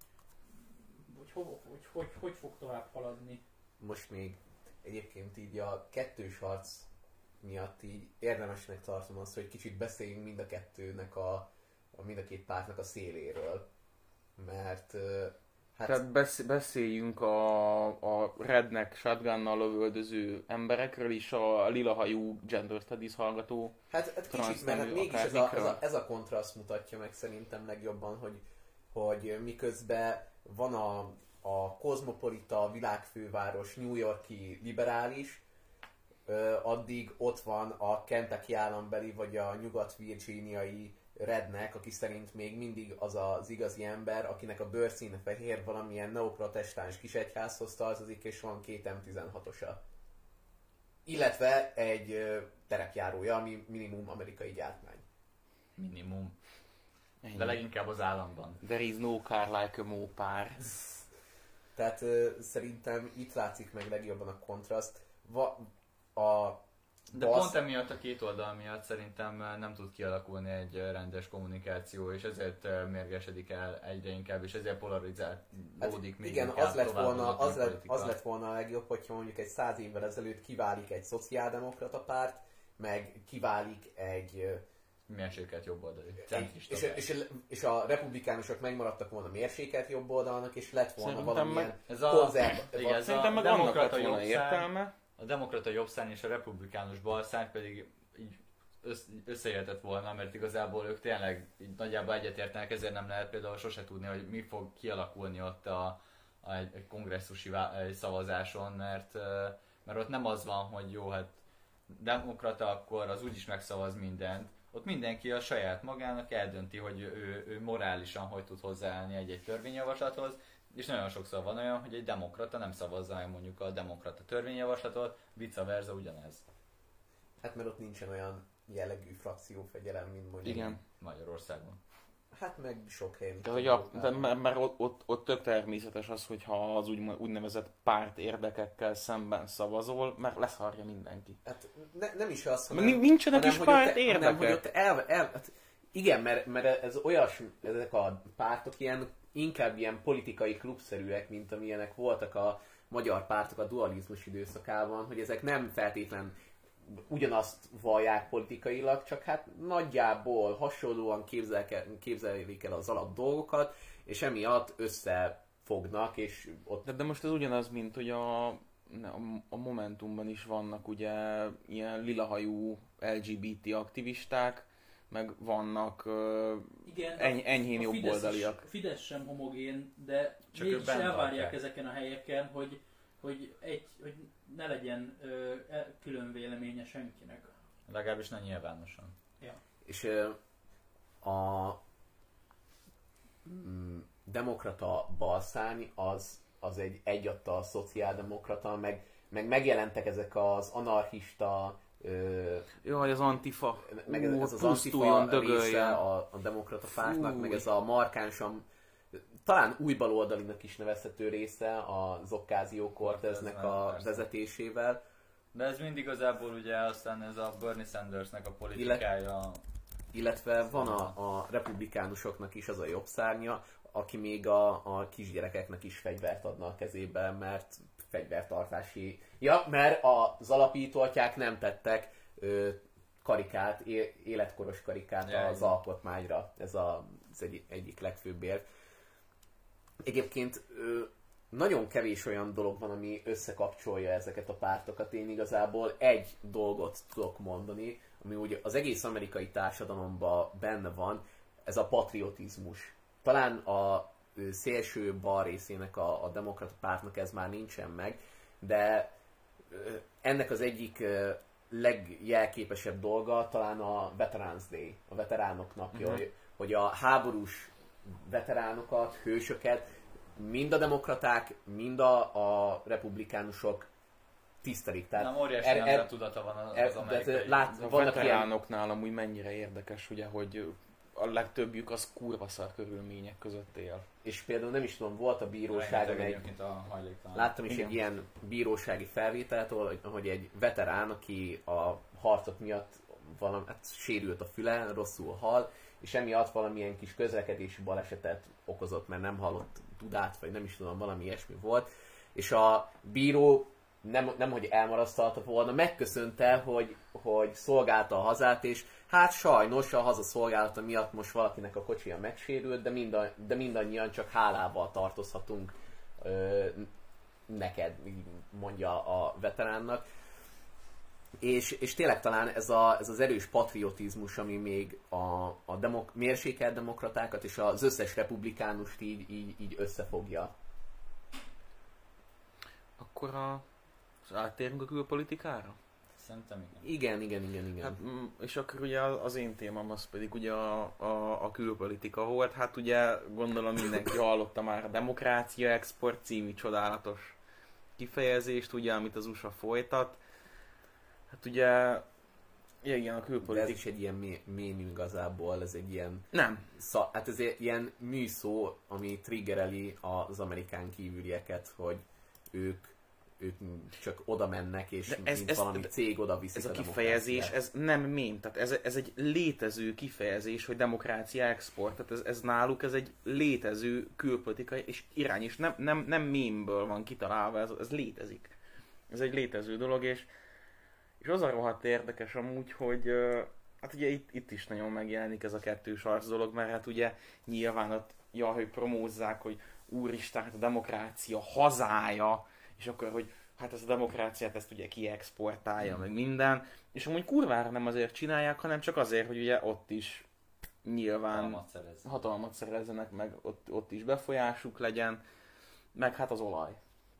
hogy fog tovább haladni. Most még egyébként így a kettős harc miatt így érdemesnek tartom azt, hogy kicsit beszéljünk mind a kettőnek mind a két pártnak a széléről. Mert hát... Tehát beszéljünk a redneck shotgunnal lövöldöző emberekről is, a lilahajú gender studies hallgató. Hát kicsit, mert hát mégis ez a kontraszt mutatja meg szerintem legjobban, hogy miközben van a kozmopolita világfőváros New York-i liberális, addig ott van a Kentucky állambeli vagy a nyugat-virginiai redneck, aki szerint még mindig az az igazi ember, akinek a bőrszíne fehér, valamilyen neoprotestáns kisegyházhoz tartozik, és van 2 M16-osa. Illetve egy terepjárója, ami minimum amerikai gyártmány. minimum. Ennyi. De leginkább az államban. There is no car like a mopár. Tehát szerintem itt látszik meg legjobban a kontraszt. De pont emiatt a két oldal miatt szerintem nem tud kialakulni egy rendes kommunikáció, és ezért mérgesedik el egyre inkább, és ezért polarizálódik még igen, inkább az lett volna a legjobb, hogyha mondjuk egy 100 évvel ezelőtt kiválik egy szociáldemokrata párt, meg kiválik egy... mérsékelt jobboldali. És a republikánusok megmaradtak volna mérsékelt jobb oldalnak, és lett volna Szerintem valamilyen igen, Szerintem meg annak lett volna értelme. A demokrata jobbszárny és a republikánus balszárny pedig így összeértett volna, mert igazából ők tényleg így nagyjából egyetértenek, ezért nem lehet például sose tudni, hogy mi fog kialakulni ott egy kongresszusi szavazáson, mert ott nem az van, hogy jó, hát demokrata, akkor az úgyis megszavaz mindent. Ott mindenki a saját magának eldönti, hogy ő morálisan hogy tud hozzáállni egy törvényjavaslathoz, és nagyon sokszor van olyan, hogy egy demokrata nem szavazza meg mondjuk a demokrata törvényjavaslatot, vice versa ugyanez. Hát mert ott nincsen olyan jellegű frakciófegyelem, mint mondjuk Igen. Magyarországon. Hát meg sok helyen. Mert ott tök természetes az, hogyha az úgynevezett párt érdekekkel szemben szavazol, mert leszarja mindenki. Hát nem is az, nincsenek is párt érdekek. Hogy ott hát igen, mert ez ezek a pártok inkább ilyen politikai klubszerűek, mint amilyenek voltak a magyar pártok a dualizmus időszakában, hogy ezek nem feltétlen ugyanazt vallják politikailag, csak hát nagyjából hasonlóan képzelik el az alap dolgokat, és emiatt összefognak, és ott... De most ez ugyanaz, mint hogy a Momentumban is vannak ugye ilyen lilahajú LGBT aktivisták, meg vannak igen, enyhén jobboldaliak. A Fidesz sem homogén, de csak mégis elvárják ezeken a helyeken, hogy ne legyen külön véleménye senkinek. Legalábbis ne nyilvánosan. Ja. És a demokrata balszárny az egy egyadta a szociáldemokrata, meg megjelentek ezek az anarchista Jaj, az antifa. Meg ez az antifa része a demokrata pártnak, meg ez a markánsan talán új baloldalinak is nevezhető része az Ocasio-Corteznek a vezetésével. De ez mind igazából ugye aztán ez a Bernie Sandersnek a politikája. Illetve van a republikánusoknak is az a jobb szárnya, aki még a kisgyerekeknek is fegyvert adna a kezébe, mert fegyvertartási... Ja, mert az alapítóatyák nem tettek karikát, életkoros karikát az alkotmányra. Ez az egyik legfőbb érv. Egyébként nagyon kevés olyan dolog van, ami összekapcsolja ezeket a pártokat. Én igazából egy dolgot tudok mondani, ami úgy az egész amerikai társadalomban benne van, ez a patriotizmus. Talán a szélső bal részének a demokrata pártnak ez már nincsen meg, de ennek az egyik legjelképesebb dolga talán a Veterans Day, a veteránok napja, hogy a háborús veteránokat, hősöket mind a demokraták, mind a republikánusok tisztelik. Tehát nem óriási nemzet tudata van az amerikai. A veteránoknál amúgy mennyire érdekes, ugye, hogy a legtöbbjük az kurva szar körülmények között él. És például nem is tudom, volt a bíróságon láttam is egy ilyen bírósági felvételt, hogy egy veterán, aki a harcok miatt sérült a füle, rosszul hall, és emiatt valamilyen kis közlekedési balesetet okozott, mert nem hallott tudát, vagy nem is tudom, valami ilyesmi volt. És a bíró nem hogy elmarasztalta volna, megköszönte, hogy szolgálta a hazát, és hát sajnos a hazaszolgálata miatt most valakinek a kocsija megsérült, de mindannyian csak hálával tartozhatunk neked, mondja a veteránnak. És tényleg talán ez az erős patriotizmus, ami még a mérsékelt demokratákat és az összes republikánust így összefogja. Akkor áttérünk a külpolitikára? Szerintem igen. Hát, és akkor ugye az én témám az pedig ugye a külpolitika volt. Hát ugye gondolom mindenki hallotta már a Demokrácia Export című csodálatos kifejezést, ugye, amit az USA folytat. Hát ugye, igen, a külpolitika... De ez is egy ilyen mém igazából, ez egy ilyen... Nem. Hát ez egy ilyen műszó, ami triggereli az amerikán kívülieket, hogy ők csak oda mennek, és valami cég oda viszik ez a kifejezés, ez nem mém, tehát ez egy létező kifejezés, hogy demokrácia export, tehát ez náluk ez egy létező külpolitikai és irány, és nem mémből van kitalálva, ez létezik. Ez egy létező dolog, és az a rohadt érdekes amúgy, hogy hát ugye itt is nagyon megjelenik ez a kettős arc dolog, mert hát ugye nyilván ott, hogy promózzák, hogy úristen, hát a demokrácia hazája, és akkor, hogy hát ezt a demokráciát ezt ugye kiexportálja, meg minden, és amúgy kurvára nem azért csinálják, hanem csak azért, hogy ugye ott is nyilván hatalmat szerezzenek, meg ott is befolyásuk legyen, meg hát az olaj.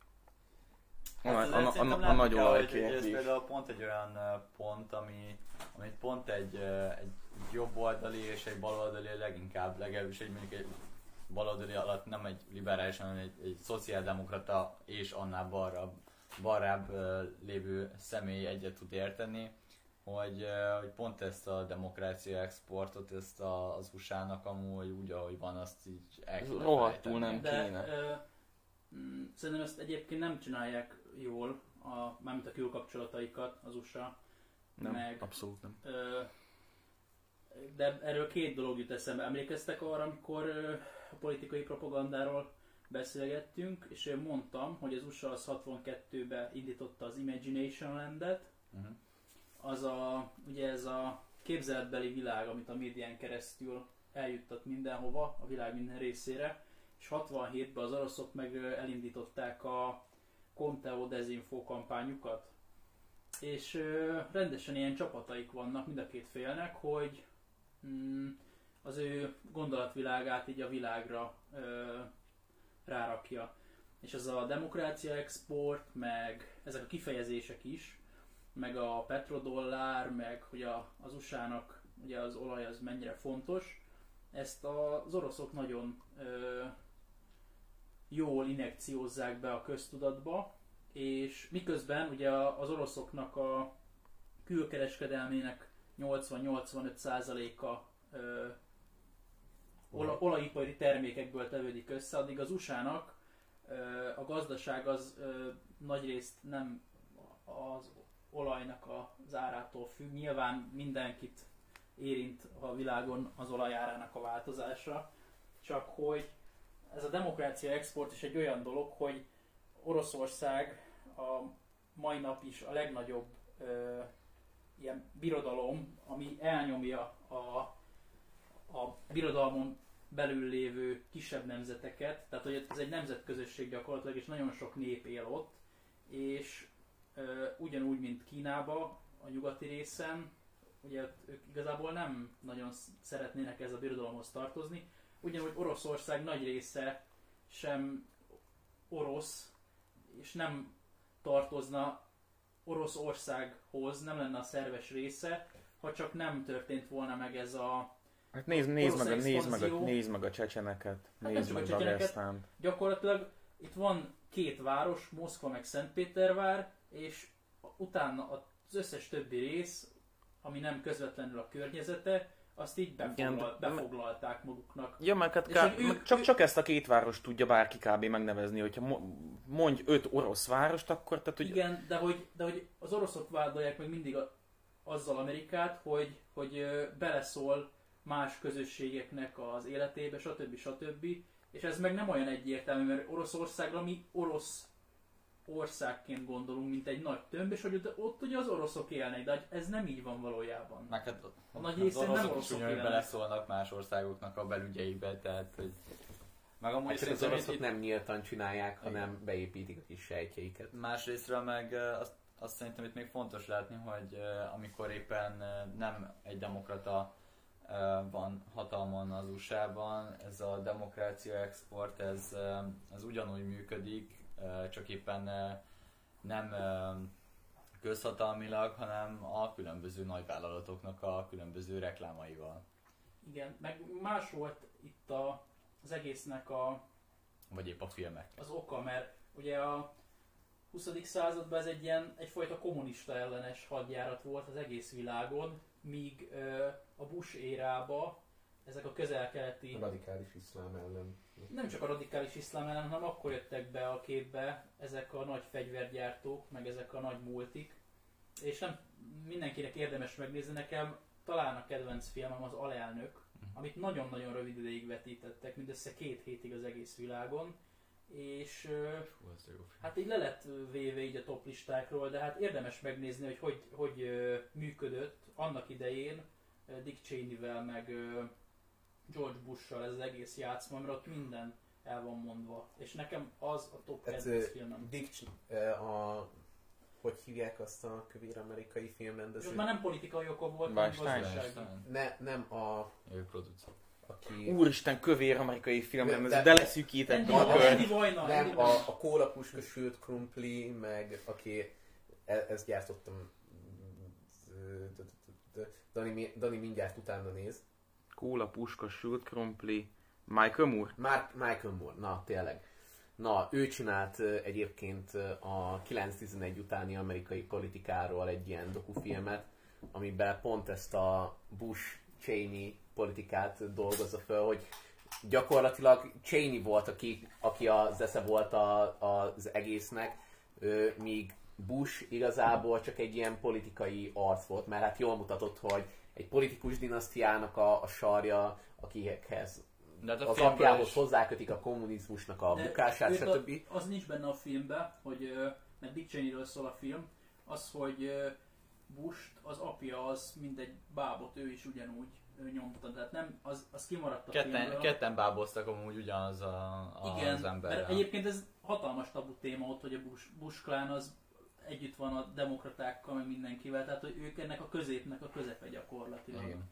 A nagy olajkérdés. Ez például pont egy olyan pont, amit pont egy jobb oldali és egy bal oldali legalábbis mondjuk egy baloldali alatt nem egy liberális, hanem egy szociáldemokrata és annál balrább lévő személy egyet tud érteni, hogy pont ezt a demokrácia exportot, ezt az USA-nak amúgy úgy, ahogy van, azt így rohadtul nem kéne. Szerintem ezt egyébként nem csinálják jól, mármint a külkapcsolataikat az USA. Nem, abszolút nem. De erről két dolog jut eszembe. Emlékeztek arra, amikor a politikai propagandáról beszélgettünk, és én mondtam, hogy az USA az 62-ben indította az Imagination Landet. Az ugye ez a képzeletbeli világ, amit a médián keresztül eljuttat mindenhova, a világ minden részére. És 67-ben az oroszok meg elindították a Conteo dezinfo kampányukat. És rendesen ilyen csapataik vannak mind a két félnek, hogy az ő gondolatvilágát így a világra rárakja. És ez a demokrácia export, meg ezek a kifejezések is, meg a petrodollár, meg hogy az USA-nak ugye az olaj az mennyire fontos, ezt az oroszok nagyon jól injekciózzák be a köztudatba, és miközben ugye az oroszoknak a külkereskedelmének 80-85%-a olajipari termékekből tevődik össze, addig az USA-nak a gazdaság az nagyrészt nem az olajnak az árától függ. Nyilván mindenkit érint a világon az olajárának a változása, csak hogy ez a demokrácia export is egy olyan dolog, hogy Oroszország a mai nap is a legnagyobb ilyen birodalom, ami elnyomja a birodalmon belül lévő kisebb nemzeteket, tehát hogy ez egy nemzetközösség gyakorlatilag, és nagyon sok nép él ott, és ugyanúgy, mint Kínában, a nyugati részen, ugye ők igazából nem nagyon szeretnének ez a birodalomhoz tartozni, ugyanúgy Oroszország nagy része sem orosz, és nem tartozna Oroszországhoz nem lenne a szerves része, ha csak nem történt volna meg ez a... Hát orosz expanzió. nézd meg a csecseneket, Hát nézd nem meg csak a csecseneket. Dagesztánt. Gyakorlatilag itt van két város, Moszkva meg Szentpétervár, és utána az összes többi rész, ami nem közvetlenül a környezete, azt így befoglalták maguknak. Ja, meg hát És hogy csak ezt a két várost tudja bárki kb. Megnevezni, hogyha mondj 5 orosz várost, akkor tehát, hogy... Igen, de hogy az oroszok vádolják meg mindig azzal Amerikát, hogy beleszól más közösségeknek az életébe, stb. És ez meg nem olyan egyértelmű, mert Oroszországra mi orosz országként gondolunk, mint egy nagy tömb, és hogy ott ugye az oroszok élnek, de ez nem így van valójában. Meg hát A nagy az részén nem oroszok is oroszok ugyanúgy élnek. beleszólnak más országoknak a belügyeibe, tehát hogy... Meg amúgy Hát az szerintem oroszok itt nem nyíltan csinálják, hanem beépítik a kis sejtjeiket. másrésztről meg azt szerintem itt még fontos látni, hogy amikor éppen nem egy demokrata van hatalmon az USA-ban, ez a demokrácia export, ez ugyanúgy működik, csak éppen nem közhatalmilag, hanem a különböző nagyvállalatoknak a különböző reklámaival. Igen, meg más volt itt az egésznek Vagy épp a filmek. az oka, mert ugye a 20. században ez egyfajta kommunista ellenes hadjárat volt az egész világon, míg a Bush érába ezek a közel-keleti, Radikális iszlám ellen. nem csak a radikális iszlám ellen, hanem akkor jöttek be a képbe ezek a nagy fegyvergyártók, meg ezek a nagy multik, és nem mindenkinek érdemes megnézni, nekem talán a kedvenc filmem az Alelnök, amit nagyon-nagyon rövid ideig vetítettek, mindössze 2 hétig az egész világon, és hát így le lett véve így a top listákról, de hát érdemes megnézni, hogy működött annak idején Dick Cheney-vel, meg George Bush-sal ez az egész játszma, mert ott minden el van mondva. És nekem az a top kedvenc filmem. Hogy hívják azt a kövér amerikai És filmrendezőt? ott már nem politikai okok volt, Weinstein. hanem gazdasági. Nem a... Ő producer. Aki... Úristen, kövér amerikai film, De- de leszűkítettem a Andy kört. Vajna, Nem, a kólapuska sült krumpli, meg aki... Ezt gyártottam... Dani mindjárt utána néz. Kóla, puska, sült krumpli. Michael Moore? Michael Moore, na tényleg. Na, ő csinált egyébként a 9-11 utáni amerikai politikáról egy ilyen dokufilmet, amiben pont ezt a Bush-Cheney politikát dolgozza fel, hogy gyakorlatilag Cheney volt, aki az esze volt az egésznek, míg Bush igazából csak egy ilyen politikai arc volt, mert hát jól mutatott, hogy egy politikus dinasztiának a sarja, akikhez De hát a az filmben apjához is- hozzákötik a kommunizmusnak a De bukását, őt stb. Az nincs benne a filmben, hogy, mert Dick Cheneyről szól a film, az, hogy Bush az apja az mindegy bábot, ő is ugyanúgy nyomta, tehát nem, az kimaradt a filmből. Ketten báboztak amúgy ugyanaz az Igen, emberrel. mert egyébként ez hatalmas tabu téma ott, hogy a Bush klán az együtt van a demokratákkal, meg mindenkivel, tehát hogy ők ennek a középnek a közepe gyakorlatilag. Igen.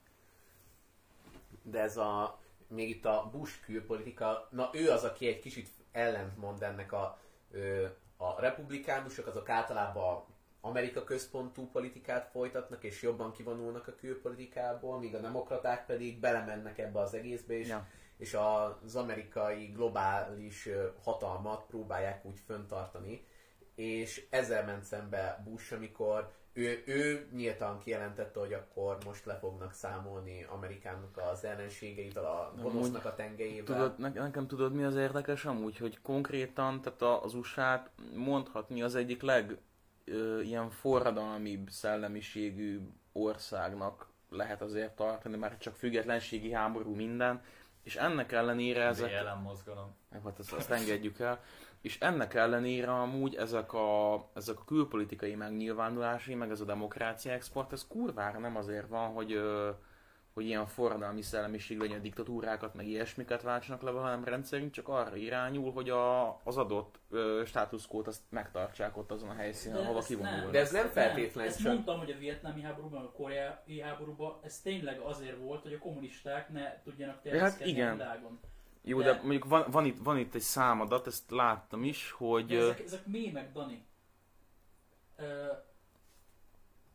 De ez még itt a Bush külpolitika, na ő az, aki egy kicsit ellentmond ennek a republikánusok, azok általában Amerika központú politikát folytatnak, és jobban kivonulnak a külpolitikából, míg a demokraták pedig belemennek ebbe az egészbe, és az amerikai globális hatalmat próbálják úgy föntartani. És ezzel ment szembe Bush, amikor ő nyíltan kijelentette, hogy akkor most le fognak számolni Amerikának az ellenségeivel, a gonosznak a tengelyével. Nekem tudod mi az érdekes amúgy, hogy konkrétan, tehát az USA-t mondhatni az egyik ilyen forradalmibb szellemiségű országnak lehet azért tartani, mert csak függetlenségi háború minden, és ennek ellenére ezek... BLM mozgalom. Hát azt engedjük el. És ennek ellenére amúgy ezek a külpolitikai megnyilvánulásai, meg ez a demokrácia export, ez kurvára nem azért van, hogy ilyen forradalmi szellemiség legyen, diktatúrákat, meg ilyesmiket váltsanak le, hanem rendszerint csak arra irányul, hogy az adott státuszkót azt megtartsák ott azon a helyszínen, De ahova ezt kivonulnak. De ez nem feltétlen Ezt csak... mondtam, hogy a vietnámi háborúban, a koreai háborúban ez tényleg azért volt, hogy a kommunisták ne tudjanak terjeszkedni igen. a világon. Jó, de mondjuk van itt egy számadat, ezt láttam is, hogy... Ezek mémek, Dani.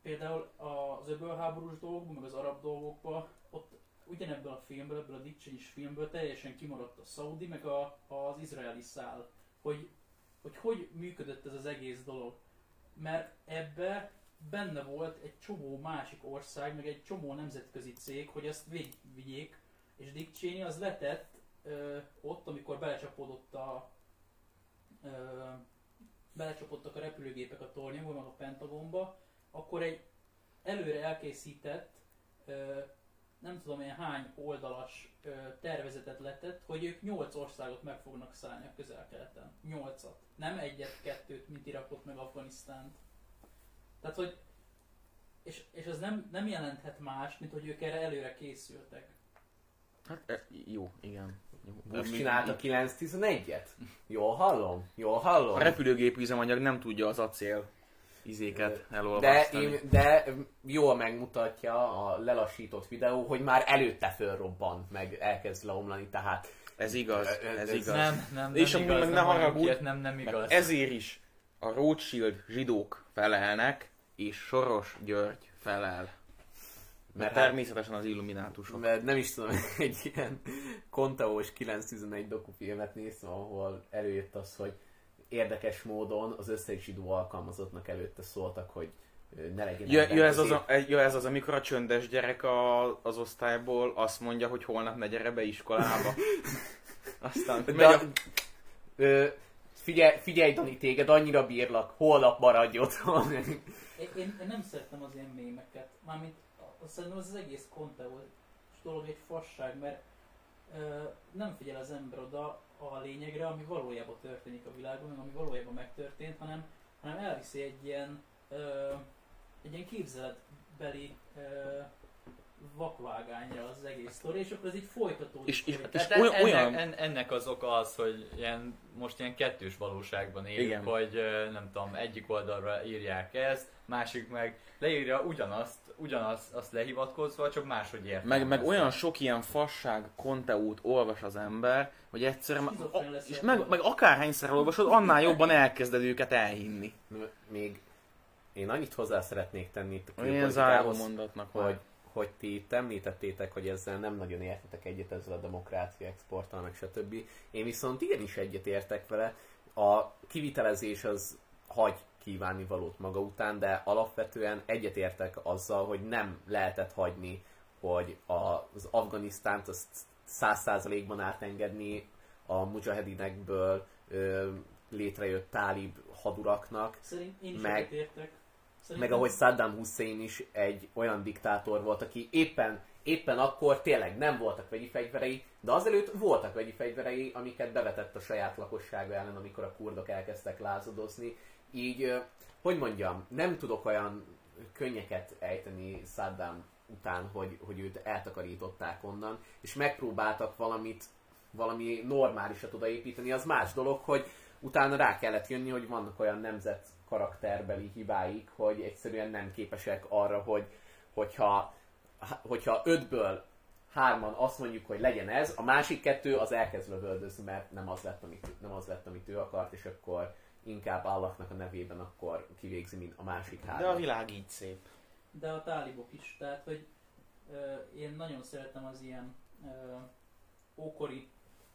például az öbölháborús dolgokban, meg az arab dolgokban, ott ugyanebből a filmből, ebből a Dick Cheney-s filmből teljesen kimaradt a szaudi, meg az izraeli szál. Hogy működött ez az egész dolog. Mert ebbe benne volt egy csomó másik ország, meg egy csomó nemzetközi cég, hogy ezt végigvigyék, és Dick Cheney az letett ott, amikor belecsapodtak a repülőgépek a tornyokba, meg a Pentagonba, akkor egy előre elkészített, nem tudom én hány oldalas tervezetet letett, hogy ők 8 országot meg fognak szállni a Közel-Keleten. 8-at. Nem egyet-kettőt, mint Irakot meg Afganisztánt. Tehát, hogy és ez nem jelenthet más, mint hogy ők erre előre készültek. Hát jó, igen. Bush csinálta 9-11-et? Jól hallom? Jól hallom? A repülőgép üzemanyag nem tudja az acél izéket elolvasztani. De jól megmutatja a lelassított videó, hogy már előtte fölrobban, meg elkezd leomlani, tehát... Ez igaz, ez igaz. Nem és igaz, amúgy meg ne haragudj, nem igaz. ezért is a Rothschild zsidók felelnek, és Soros György felel. Mert természetesen az illuminátusok. Mert nem is tudom, egy ilyen Konteós 911 dokufilmet néztem, ahol előjött az, hogy érdekes módon az összes zsidó alkalmazottnak előtte szóltak, hogy ne legyen ez az, amikor a csöndes gyerek az osztályból azt mondja, hogy holnap ne gyere be iskolába. Aztán figyelj Dani, téged annyira bírlak, holnap maradj otthon. Én nem szeretem az ilyen mémeket. Mármint szerintem az egész konteós dolog egy fasság, mert nem figyel az ember oda a lényegre, ami valójában történik a világon, ami valójában megtörtént, hanem elviszi egy ilyen képzeletbeli vakvágányra az egész sztori, és akkor ez így folytatódik. Ennek az oka az, hogy most ilyen kettős valóságban élünk, igen. Hogy nem tudom, egyik oldalra írják ezt, másik meg leírja ugyanazt lehivatkozva, csak máshogy értem. Meg olyan sok ilyen fasság konteót olvas az ember, hogy egyszerűen, és meg akárhányszer olvasod, annál jobban elkezded őket elhinni. Még én annyit hozzá szeretnék tenni itt a ilyen záró mondatnak, hogy ti itt említettétek, hogy ezzel nem nagyon értetek egyet, ezzel a demokrácia exporttal, meg stb. Én viszont igenis egyet értek vele. A kivitelezés az hagy kívánni valót maga után, de alapvetően egyet értek azzal, hogy nem lehetett hagyni, hogy az Afganisztánt azt 100%-ban átengedni a mujahedinekből létrejött tálib haduraknak. Szerint én is egyet értek. Meg ahogy Saddam Hussein is egy olyan diktátor volt, aki éppen akkor tényleg nem voltak vegyi fegyverei, de azelőtt voltak vegyi fegyverei, amiket bevetett a saját lakossága ellen, amikor a kurdok elkezdtek lázadozni. Így, hogy mondjam, nem tudok olyan könnyeket ejteni Saddam után, hogy őt eltakarították onnan, és megpróbáltak valami normálisat odaépíteni. Az más dolog, hogy utána rá kellett jönni, hogy vannak olyan nemzet karakterbeli hibáik, hogy egyszerűen nem képesek arra, hogyha 5-ből 3-an azt mondjuk, hogy legyen ez, a másik 2 az elkezd lövöldözni, mert nem az lett, amit ő akart, és akkor inkább Allahnak a nevében akkor kivégzi, mint a másik 3. De a világ így szép. De a tálibok is, tehát hogy én nagyon szeretem az ilyen ókori,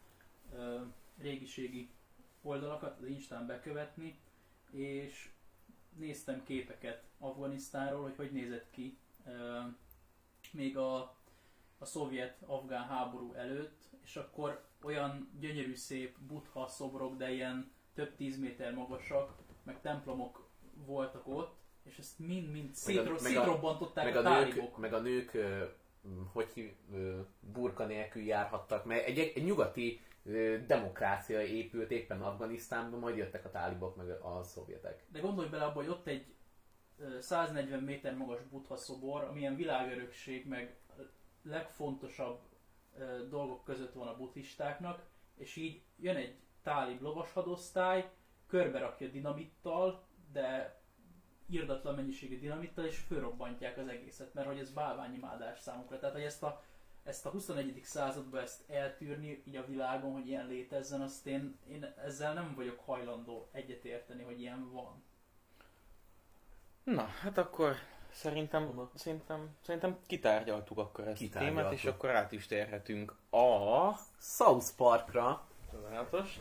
régiségi oldalakat az Instán bekövetni, és néztem képeket Afganisztánról, hogy nézett ki még a szovjet-afgán háború előtt, és akkor olyan gyönyörű szép buddha szobrok, de ilyen több 10 méter magasak, meg templomok voltak ott, és ezt mind szétrobbantották a tálibok. Meg a nők burka nélkül járhattak, mert egy nyugati demokrácia épült éppen Afganisztánban, majd jöttek a tálibok meg a szovjetek. De gondolj bele abba, hogy ott egy 140 méter magas buddha szobor, amilyen világörökség, meg legfontosabb dolgok között van a buddhistáknak, és így jön egy tálib lovashadosztály, körberakja dinamittal, de irdatlan mennyiségű dinamittal, és fölrobbantják az egészet, mert hogy ez bálványimádás számukra. Tehát, hogy ezt a 21. században ezt eltűrni így a világon, hogy ilyen létezzen, azt én ezzel nem vagyok hajlandó egyetérteni, hogy ilyen van. Na, hát akkor Szerintem kitárgyaltuk akkor ezt a témát, és akkor át is térhetünk a... South Parkra. Csodálatos.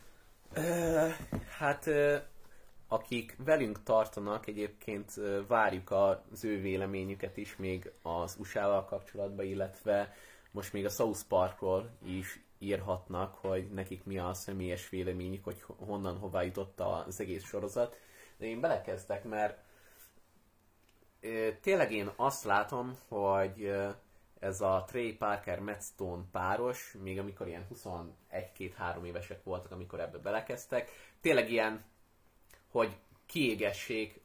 Hát, akik velünk tartanak, egyébként várjuk az ő véleményüket is még az USA-val kapcsolatban, illetve most még a South Parkról is írhatnak, hogy nekik mi a személyes véleményük, hogy honnan, hová jutott az egész sorozat. De én belekezdek, mert tényleg én azt látom, hogy ez a Trey Parker Matt Stone páros, még amikor ilyen 21-2-3 évesek voltak, amikor ebbe belekezdtek, tényleg ilyen, hogy kiégessék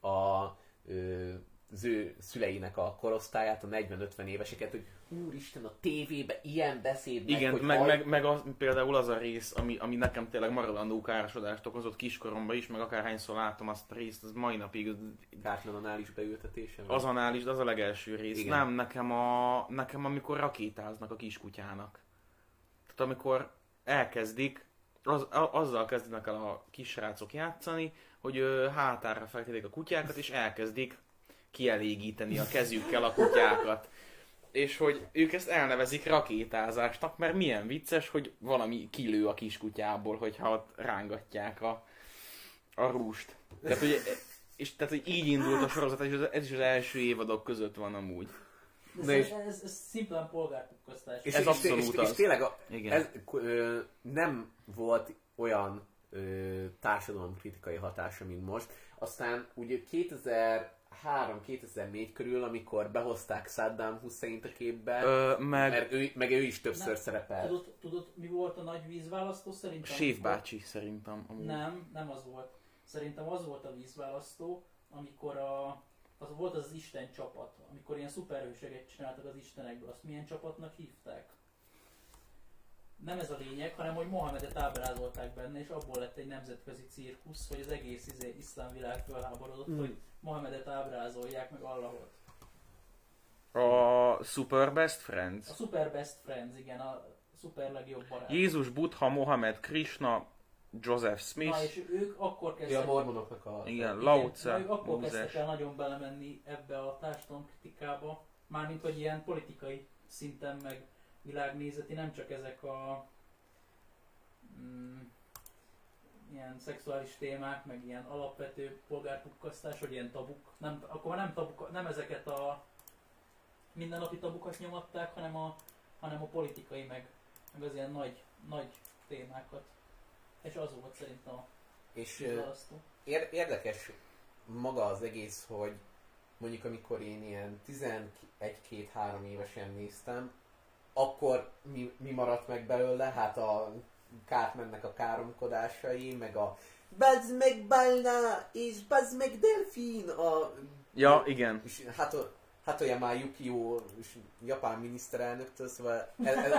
az ő szüleinek a korosztályát, a 40-50 éveseket, hogy úristen, a tévébe ilyen beszéd megy, igen, hogy meg például az a rész, ami nekem tényleg maradandó károsodást okozott kiskoromban is, meg akárhányszor látom azt a részt, az mai napig... Kártlan anális beültetése? Az anális, de az a legelső rész. Igen. Nem, nekem amikor rakétáznak a kiskutyának. Tehát amikor elkezdik, azzal kezdenek el a kisrácok játszani, hogy hátára fektetik a kutyákat, és elkezdik kielégíteni a kezükkel a kutyákat. És hogy ők ezt elnevezik rakétázásnak, mert milyen vicces, hogy valami kilő a kiskutyából, hogyha ott rángatják a rúst. Tehát, hogy így indult a sorozat, és ez is az első évadok között van amúgy. Ez szimplán polgárpukkasztás. Ez abszolút az. És tényleg igen. Nem volt olyan társadalomkritikai hatása, mint most. Aztán ugye 2003-2004 körül, amikor behozták Saddam Husseint a képbe, mert ő is többször szerepel. Tudod, mi volt a nagy vízválasztó szerintem? Séf bácsi szerintem. Amúgy. Nem az volt. Szerintem az volt a vízválasztó, amikor az volt az Isten csapat, amikor ilyen szuperhősöket csináltak az istenekből. Azt milyen csapatnak hívták? Nem ez a lényeg, hanem hogy Mohamedet ábrázolták benne, és abból lett egy nemzetközi cirkusz, hogy az egész iszlám világ fölháborodott, hogy Mohamedet ábrázolják meg Allahot. A Super Best Friends. A Super Best Friends, igen, a szuper legjobb barát. Jézus, Buddha, Mohamed, Krishna, Joseph Smith. Na, és ők akkor kezdtek... A mormonoknak a... Igen, Lao Tse, ők akkor Mózes. kezdtek el nagyon belemenni ebbe a társadalomkritikába, mármint hogy ilyen politikai szinten, meg világnézeti, nem csak ezek a ilyen szexuális témák, meg ilyen alapvető polgárpukkasztás, vagy ilyen tabuk. Akkor nem tabuk, nem ezeket a mindennapi tabukat nyomatták, hanem a politikai, meg az ilyen nagy témákat. És az volt szerintem a választó. Érdekes maga az egész, hogy mondjuk amikor én ilyen 11-2-3 évesen néztem, akkor mi maradt meg belőle? Hát a Cartmannek a káromkodásai, meg a bazd meg balna, és bazd meg delfin, Ja, igen. És hát olyan már Yukio japán miniszterelnöktől, szóval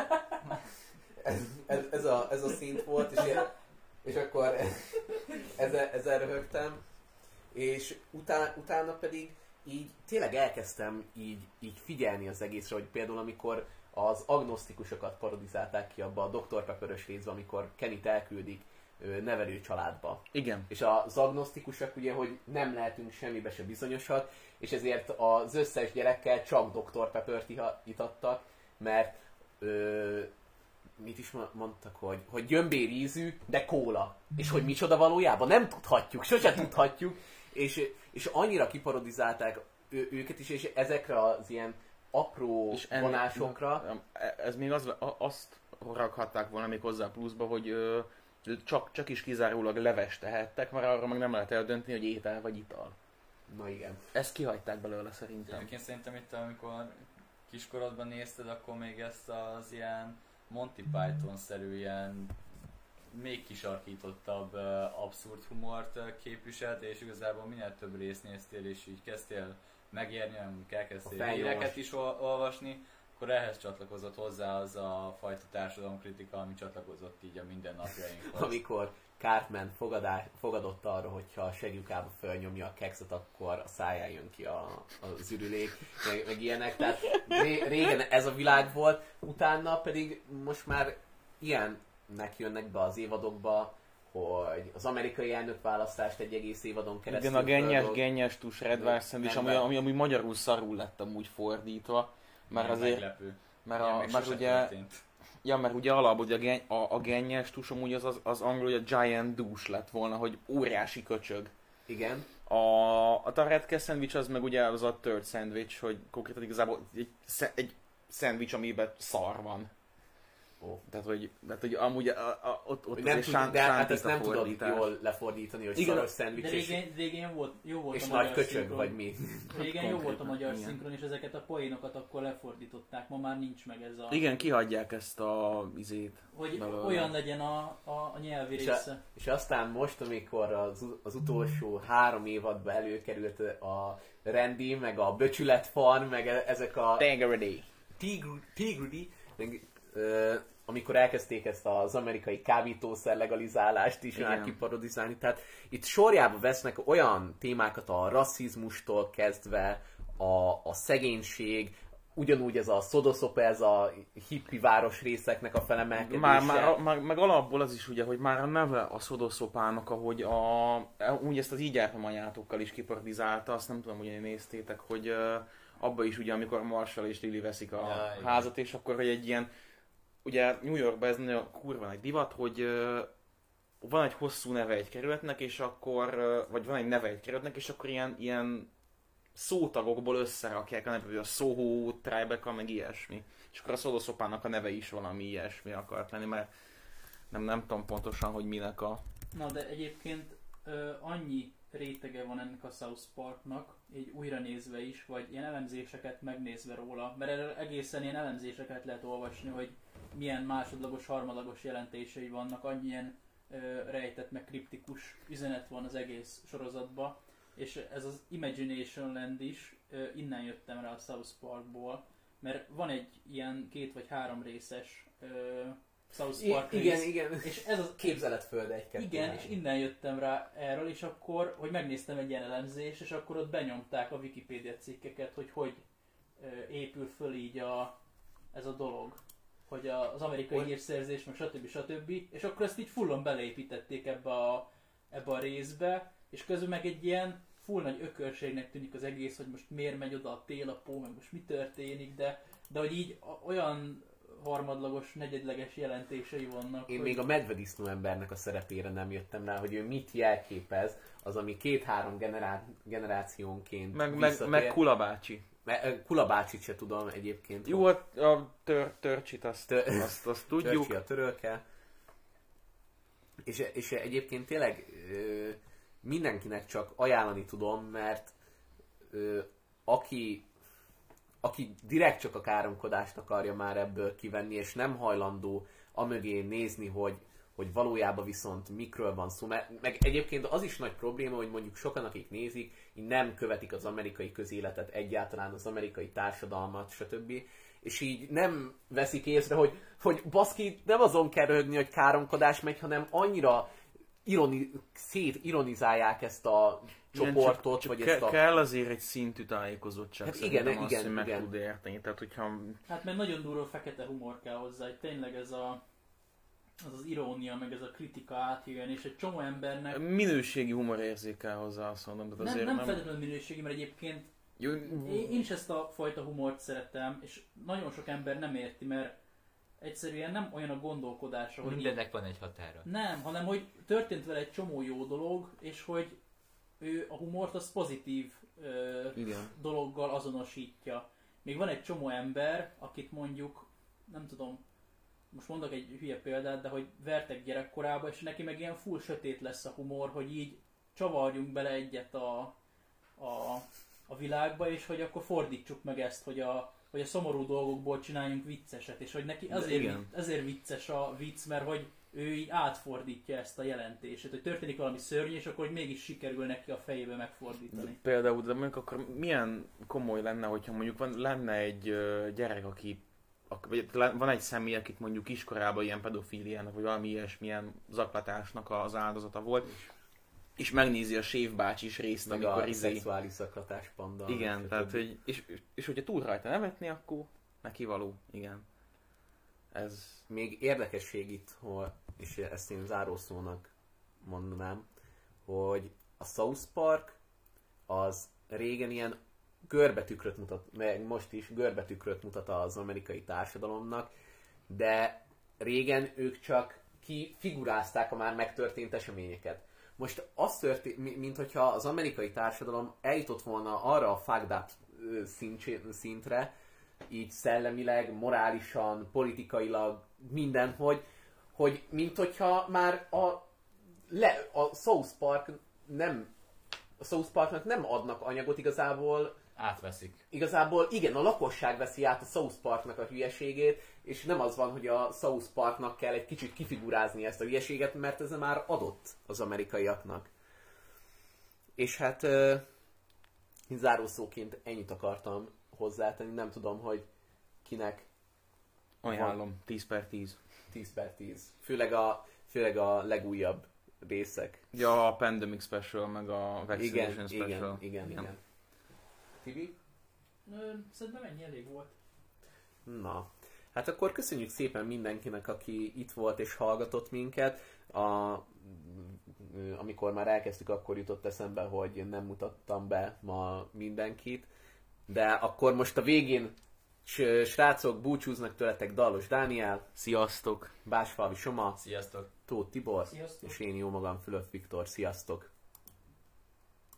ez a szint volt, és akkor ezzel röhögtem, és utána pedig így tényleg elkezdtem így figyelni az egészre, hogy például amikor az agnosztikusokat parodizálták ki abba a Dr. Pepper-ös részbe, amikor Kennyt elküldik nevelőcsaládba. Igen. És az agnosztikusok ugye, hogy nem lehetünk semmibe se bizonyosak, és ezért az összes gyerekkel csak Dr. Pepper-t itattak, mert mit is mondtak, hogy gyömbér ízű, de kóla. És hogy micsoda valójában? Nem tudhatjuk, sose tudhatjuk. És annyira kiparodizálták őket is, és ezekre az ilyen apró vonásokra. Ez még azt rakhatták volna még hozzá pluszba, hogy csak is kizárólag levest tehettek, mert arra meg nem lehet eldönteni, hogy étel vagy ital. Na igen. Ezt kihagyták belőle szerintem. Egyébként szerintem itt, amikor kiskorodban nézted, akkor még ezt az ilyen Monty Python-szerű ilyen még kisarkítottabb abszurd humort képviselt, és igazából minél több részt néztél, és így kezdtél megérni, amikor elkezdtél híreket is olvasni, akkor ehhez csatlakozott hozzá az a fajta társadalomkritika, ami csatlakozott így a mindennapjainkhoz. Amikor Cartman fogadott arra, hogyha a segjukába fölnyomja a kekszet, akkor a száján jön ki az ürülék, meg ilyenek. Tehát régen ez a világ volt, utána pedig most már ilyennek jönnek be az évadokba, hogy az amerikai elnökválasztást egy egész évadon keresztül... Igen, a gennyes tus Red Wine szendvics, ami magyarul szarul lett amúgy fordítva, mert azért... Meglepő. Mert ugye... Ja, mert ugye alapból ugye a gennyes tus amúgy az angol, hogy a giant douche lett volna, hogy óriási köcsög. Igen. A taretke szendvics az meg ugye az a third szendvics, hogy konkrétan igazából egy szendvics, amiben szar van. Oh. Tehát, hogy amúgy ott nem azért de hát ezt nem tudod jól lefordítani, hogy szaros szendvics de régen jó volt és a nagy magyar köcsög, szinkron. vagy mi? Régen jó volt a magyar igen. szinkron, és ezeket a poénokat akkor lefordították, ma már nincs meg ez a... Igen, kihagyják ezt a izét. Hogy belőle. olyan legyen a nyelvi része. És aztán most, amikor az utolsó 3 évadban előkerült a Randy, meg a Böcsület Farm, meg ezek a... Tigrudy, amikor elkezdték ezt az amerikai kábítószer legalizálást is már kiparodizálni. Tehát itt sorjába vesznek olyan témákat a rasszizmustól kezdve, a szegénység, ugyanúgy ez a Szodoszope, ez a hippi városrészeknek a felemelkedése. Meg alapból az is ugye, hogy már a neve a Szodoszopának, ahogy úgy ezt az Így jártam anyátokkal is kiparodizálta, azt nem tudom, hogy néztétek, hogy abba is ugye, amikor Marshall és Lily veszik a házat, és akkor hogy egy ilyen, ugye New Yorkban ez nagyon kurva nagy divat, hogy van egy hosszú neve egy kerületnek, és akkor, vagy van egy neve egy kerületnek, és akkor ilyen szótagokból összerakják a nevét, a Soho, Tribeca, meg ilyesmi. És akkor a Szodoszopának a neve is valami ilyesmi akart lenni, mert nem tudom pontosan, hogy minek a... Na de egyébként annyi rétege van ennek a South Parknak, így újra nézve is, vagy ilyen elemzéseket megnézve róla, mert erről egészen ilyen elemzéseket lehet olvasni, hogy milyen másodlagos, harmadlagos jelentései vannak, annyi ilyen rejtett, meg kriptikus üzenet van az egész sorozatban, és ez az Imagination Land is, innen jöttem rá a South Parkból, mert van egy ilyen 2 vagy 3 részes South Park rész. Igen. És ez az Képzeletföld 1-2. Igen, és innen jöttem rá erről, és akkor, hogy megnéztem egy ilyen elemzést, és akkor ott benyomták a Wikipédia cikkeket, hogy épül föl így ez a dolog. Hogy az amerikai hírszerzés, meg stb. És akkor ezt így fullon beleépítették ebbe a részbe, és közben meg egy ilyen full nagy ökörségnek tűnik az egész, hogy most miért megy oda a télapó, meg most mi történik, de hogy így olyan harmadlagos, negyedleges jelentései vannak. Én még a medvedisznó embernek a szerepére nem jöttem rá, hogy ő mit jelképez, az ami 2-3 generációnként Meg Kula bácsi. Kula bácsit se tudom egyébként. Jó, a Törcsit azt tudjuk. Törcsi a törölke. És egyébként tényleg mindenkinek csak ajánlani tudom, mert aki direkt csak a káromkodást akarja már ebből kivenni, és nem hajlandó amögé nézni, hogy valójában viszont mikről van szó. Meg egyébként az is nagy probléma, hogy mondjuk sokan, akik nézik, így nem követik az amerikai közéletet egyáltalán, az amerikai társadalmat, stb. És így nem veszik észre, hogy baszki, nem azon kell röhögni, hogy káromkodás megy, hanem annyira szétironizálják ezt a csoportot, csak vagy ezt a... kell azért egy szintű tájékozottság, hát szerintem igen, azt, igen, hogy meg igen. tud érteni. Tehát, hogyha... Hát mert nagyon durva fekete humor kell hozzá, hogy tényleg ez az irónia, meg ez a kritika átjön, és egy csomó embernek... Minőségi humorérzék kell hozzá, azt mondom. Tehát azért nem feltétlenül minőségi, mert egyébként én is ezt a fajta humort szeretem, és nagyon sok ember nem érti, mert egyszerűen nem olyan a gondolkodása, hogy... Mindennek van egy határa. Nem, hanem hogy történt vele egy csomó jó dolog, és hogy ő a humort az pozitív dologgal azonosítja. Még van egy csomó ember, akit mondjuk, nem tudom, most mondok egy hülye példát, de hogy vertek gyerekkorába, és neki meg ilyen full sötét lesz a humor, hogy így csavarjunk bele egyet a világba, és hogy akkor fordítsuk meg ezt, hogy a szomorú dolgokból csináljunk vicceset, és hogy neki azért vicces a vicc, mert hogy ő így átfordítja ezt a jelentést, hogy történik valami szörnyű, és akkor hogy mégis sikerül neki a fejébe megfordítani. Például, de mondjuk akkor milyen komoly lenne, hogyha mondjuk lenne egy gyerek, vagy van egy személy, akit mondjuk iskolában ilyen pedofíliának, vagy valami ilyesmilyen zaklatásnak az áldozata volt, és megnézi a Sév bácsis részt, meg amikor a szexuális zaklatás panda. Igen, tehát, hogy, és hogyha túl rajta nevetni, akkor neki való, igen. Ez... Még érdekesség itt, és ezt én zárószónak mondanám, hogy a South Park az régen ilyen görbetükröt mutat, meg most is görbetükröt mutat az amerikai társadalomnak, de régen ők csak kifigurázták a már megtörtént eseményeket. Most az történt, mint hogyha az amerikai társadalom eljutott volna arra a fucked up szintre, így szellemileg, morálisan, politikailag, mindenhogy, hogy mint hogyha már a South Parknak nem adnak anyagot igazából. Átveszik. Igazából igen, a lakosság veszi át a South Parknak a hülyeségét, és nem az van, hogy a South Parknak kell egy kicsit kifigurázni ezt a hülyeséget, mert ez már adott az amerikaiaknak. És hát zárószóként ennyit akartam hozzátenni, nem tudom, hogy kinek. Ajánlom, 10/10. 10/10. Főleg a legújabb részek. Ja, a Pandemic Special, meg a Vaccination Special. Igen. Tibi? Szerintem ennyi elég volt. Na, hát akkor köszönjük szépen mindenkinek, aki itt volt és hallgatott minket. Amikor már elkezdtük, akkor jutott eszembe, hogy nem mutattam be ma mindenkit. De akkor most a végén srácok, búcsúznak tőletek Dallos Dániel. Sziasztok! Básfalvi Soma. Sziasztok! Tóth Tibor. Sziasztok. És én jó magam, Fülöp Viktor. Sziasztok!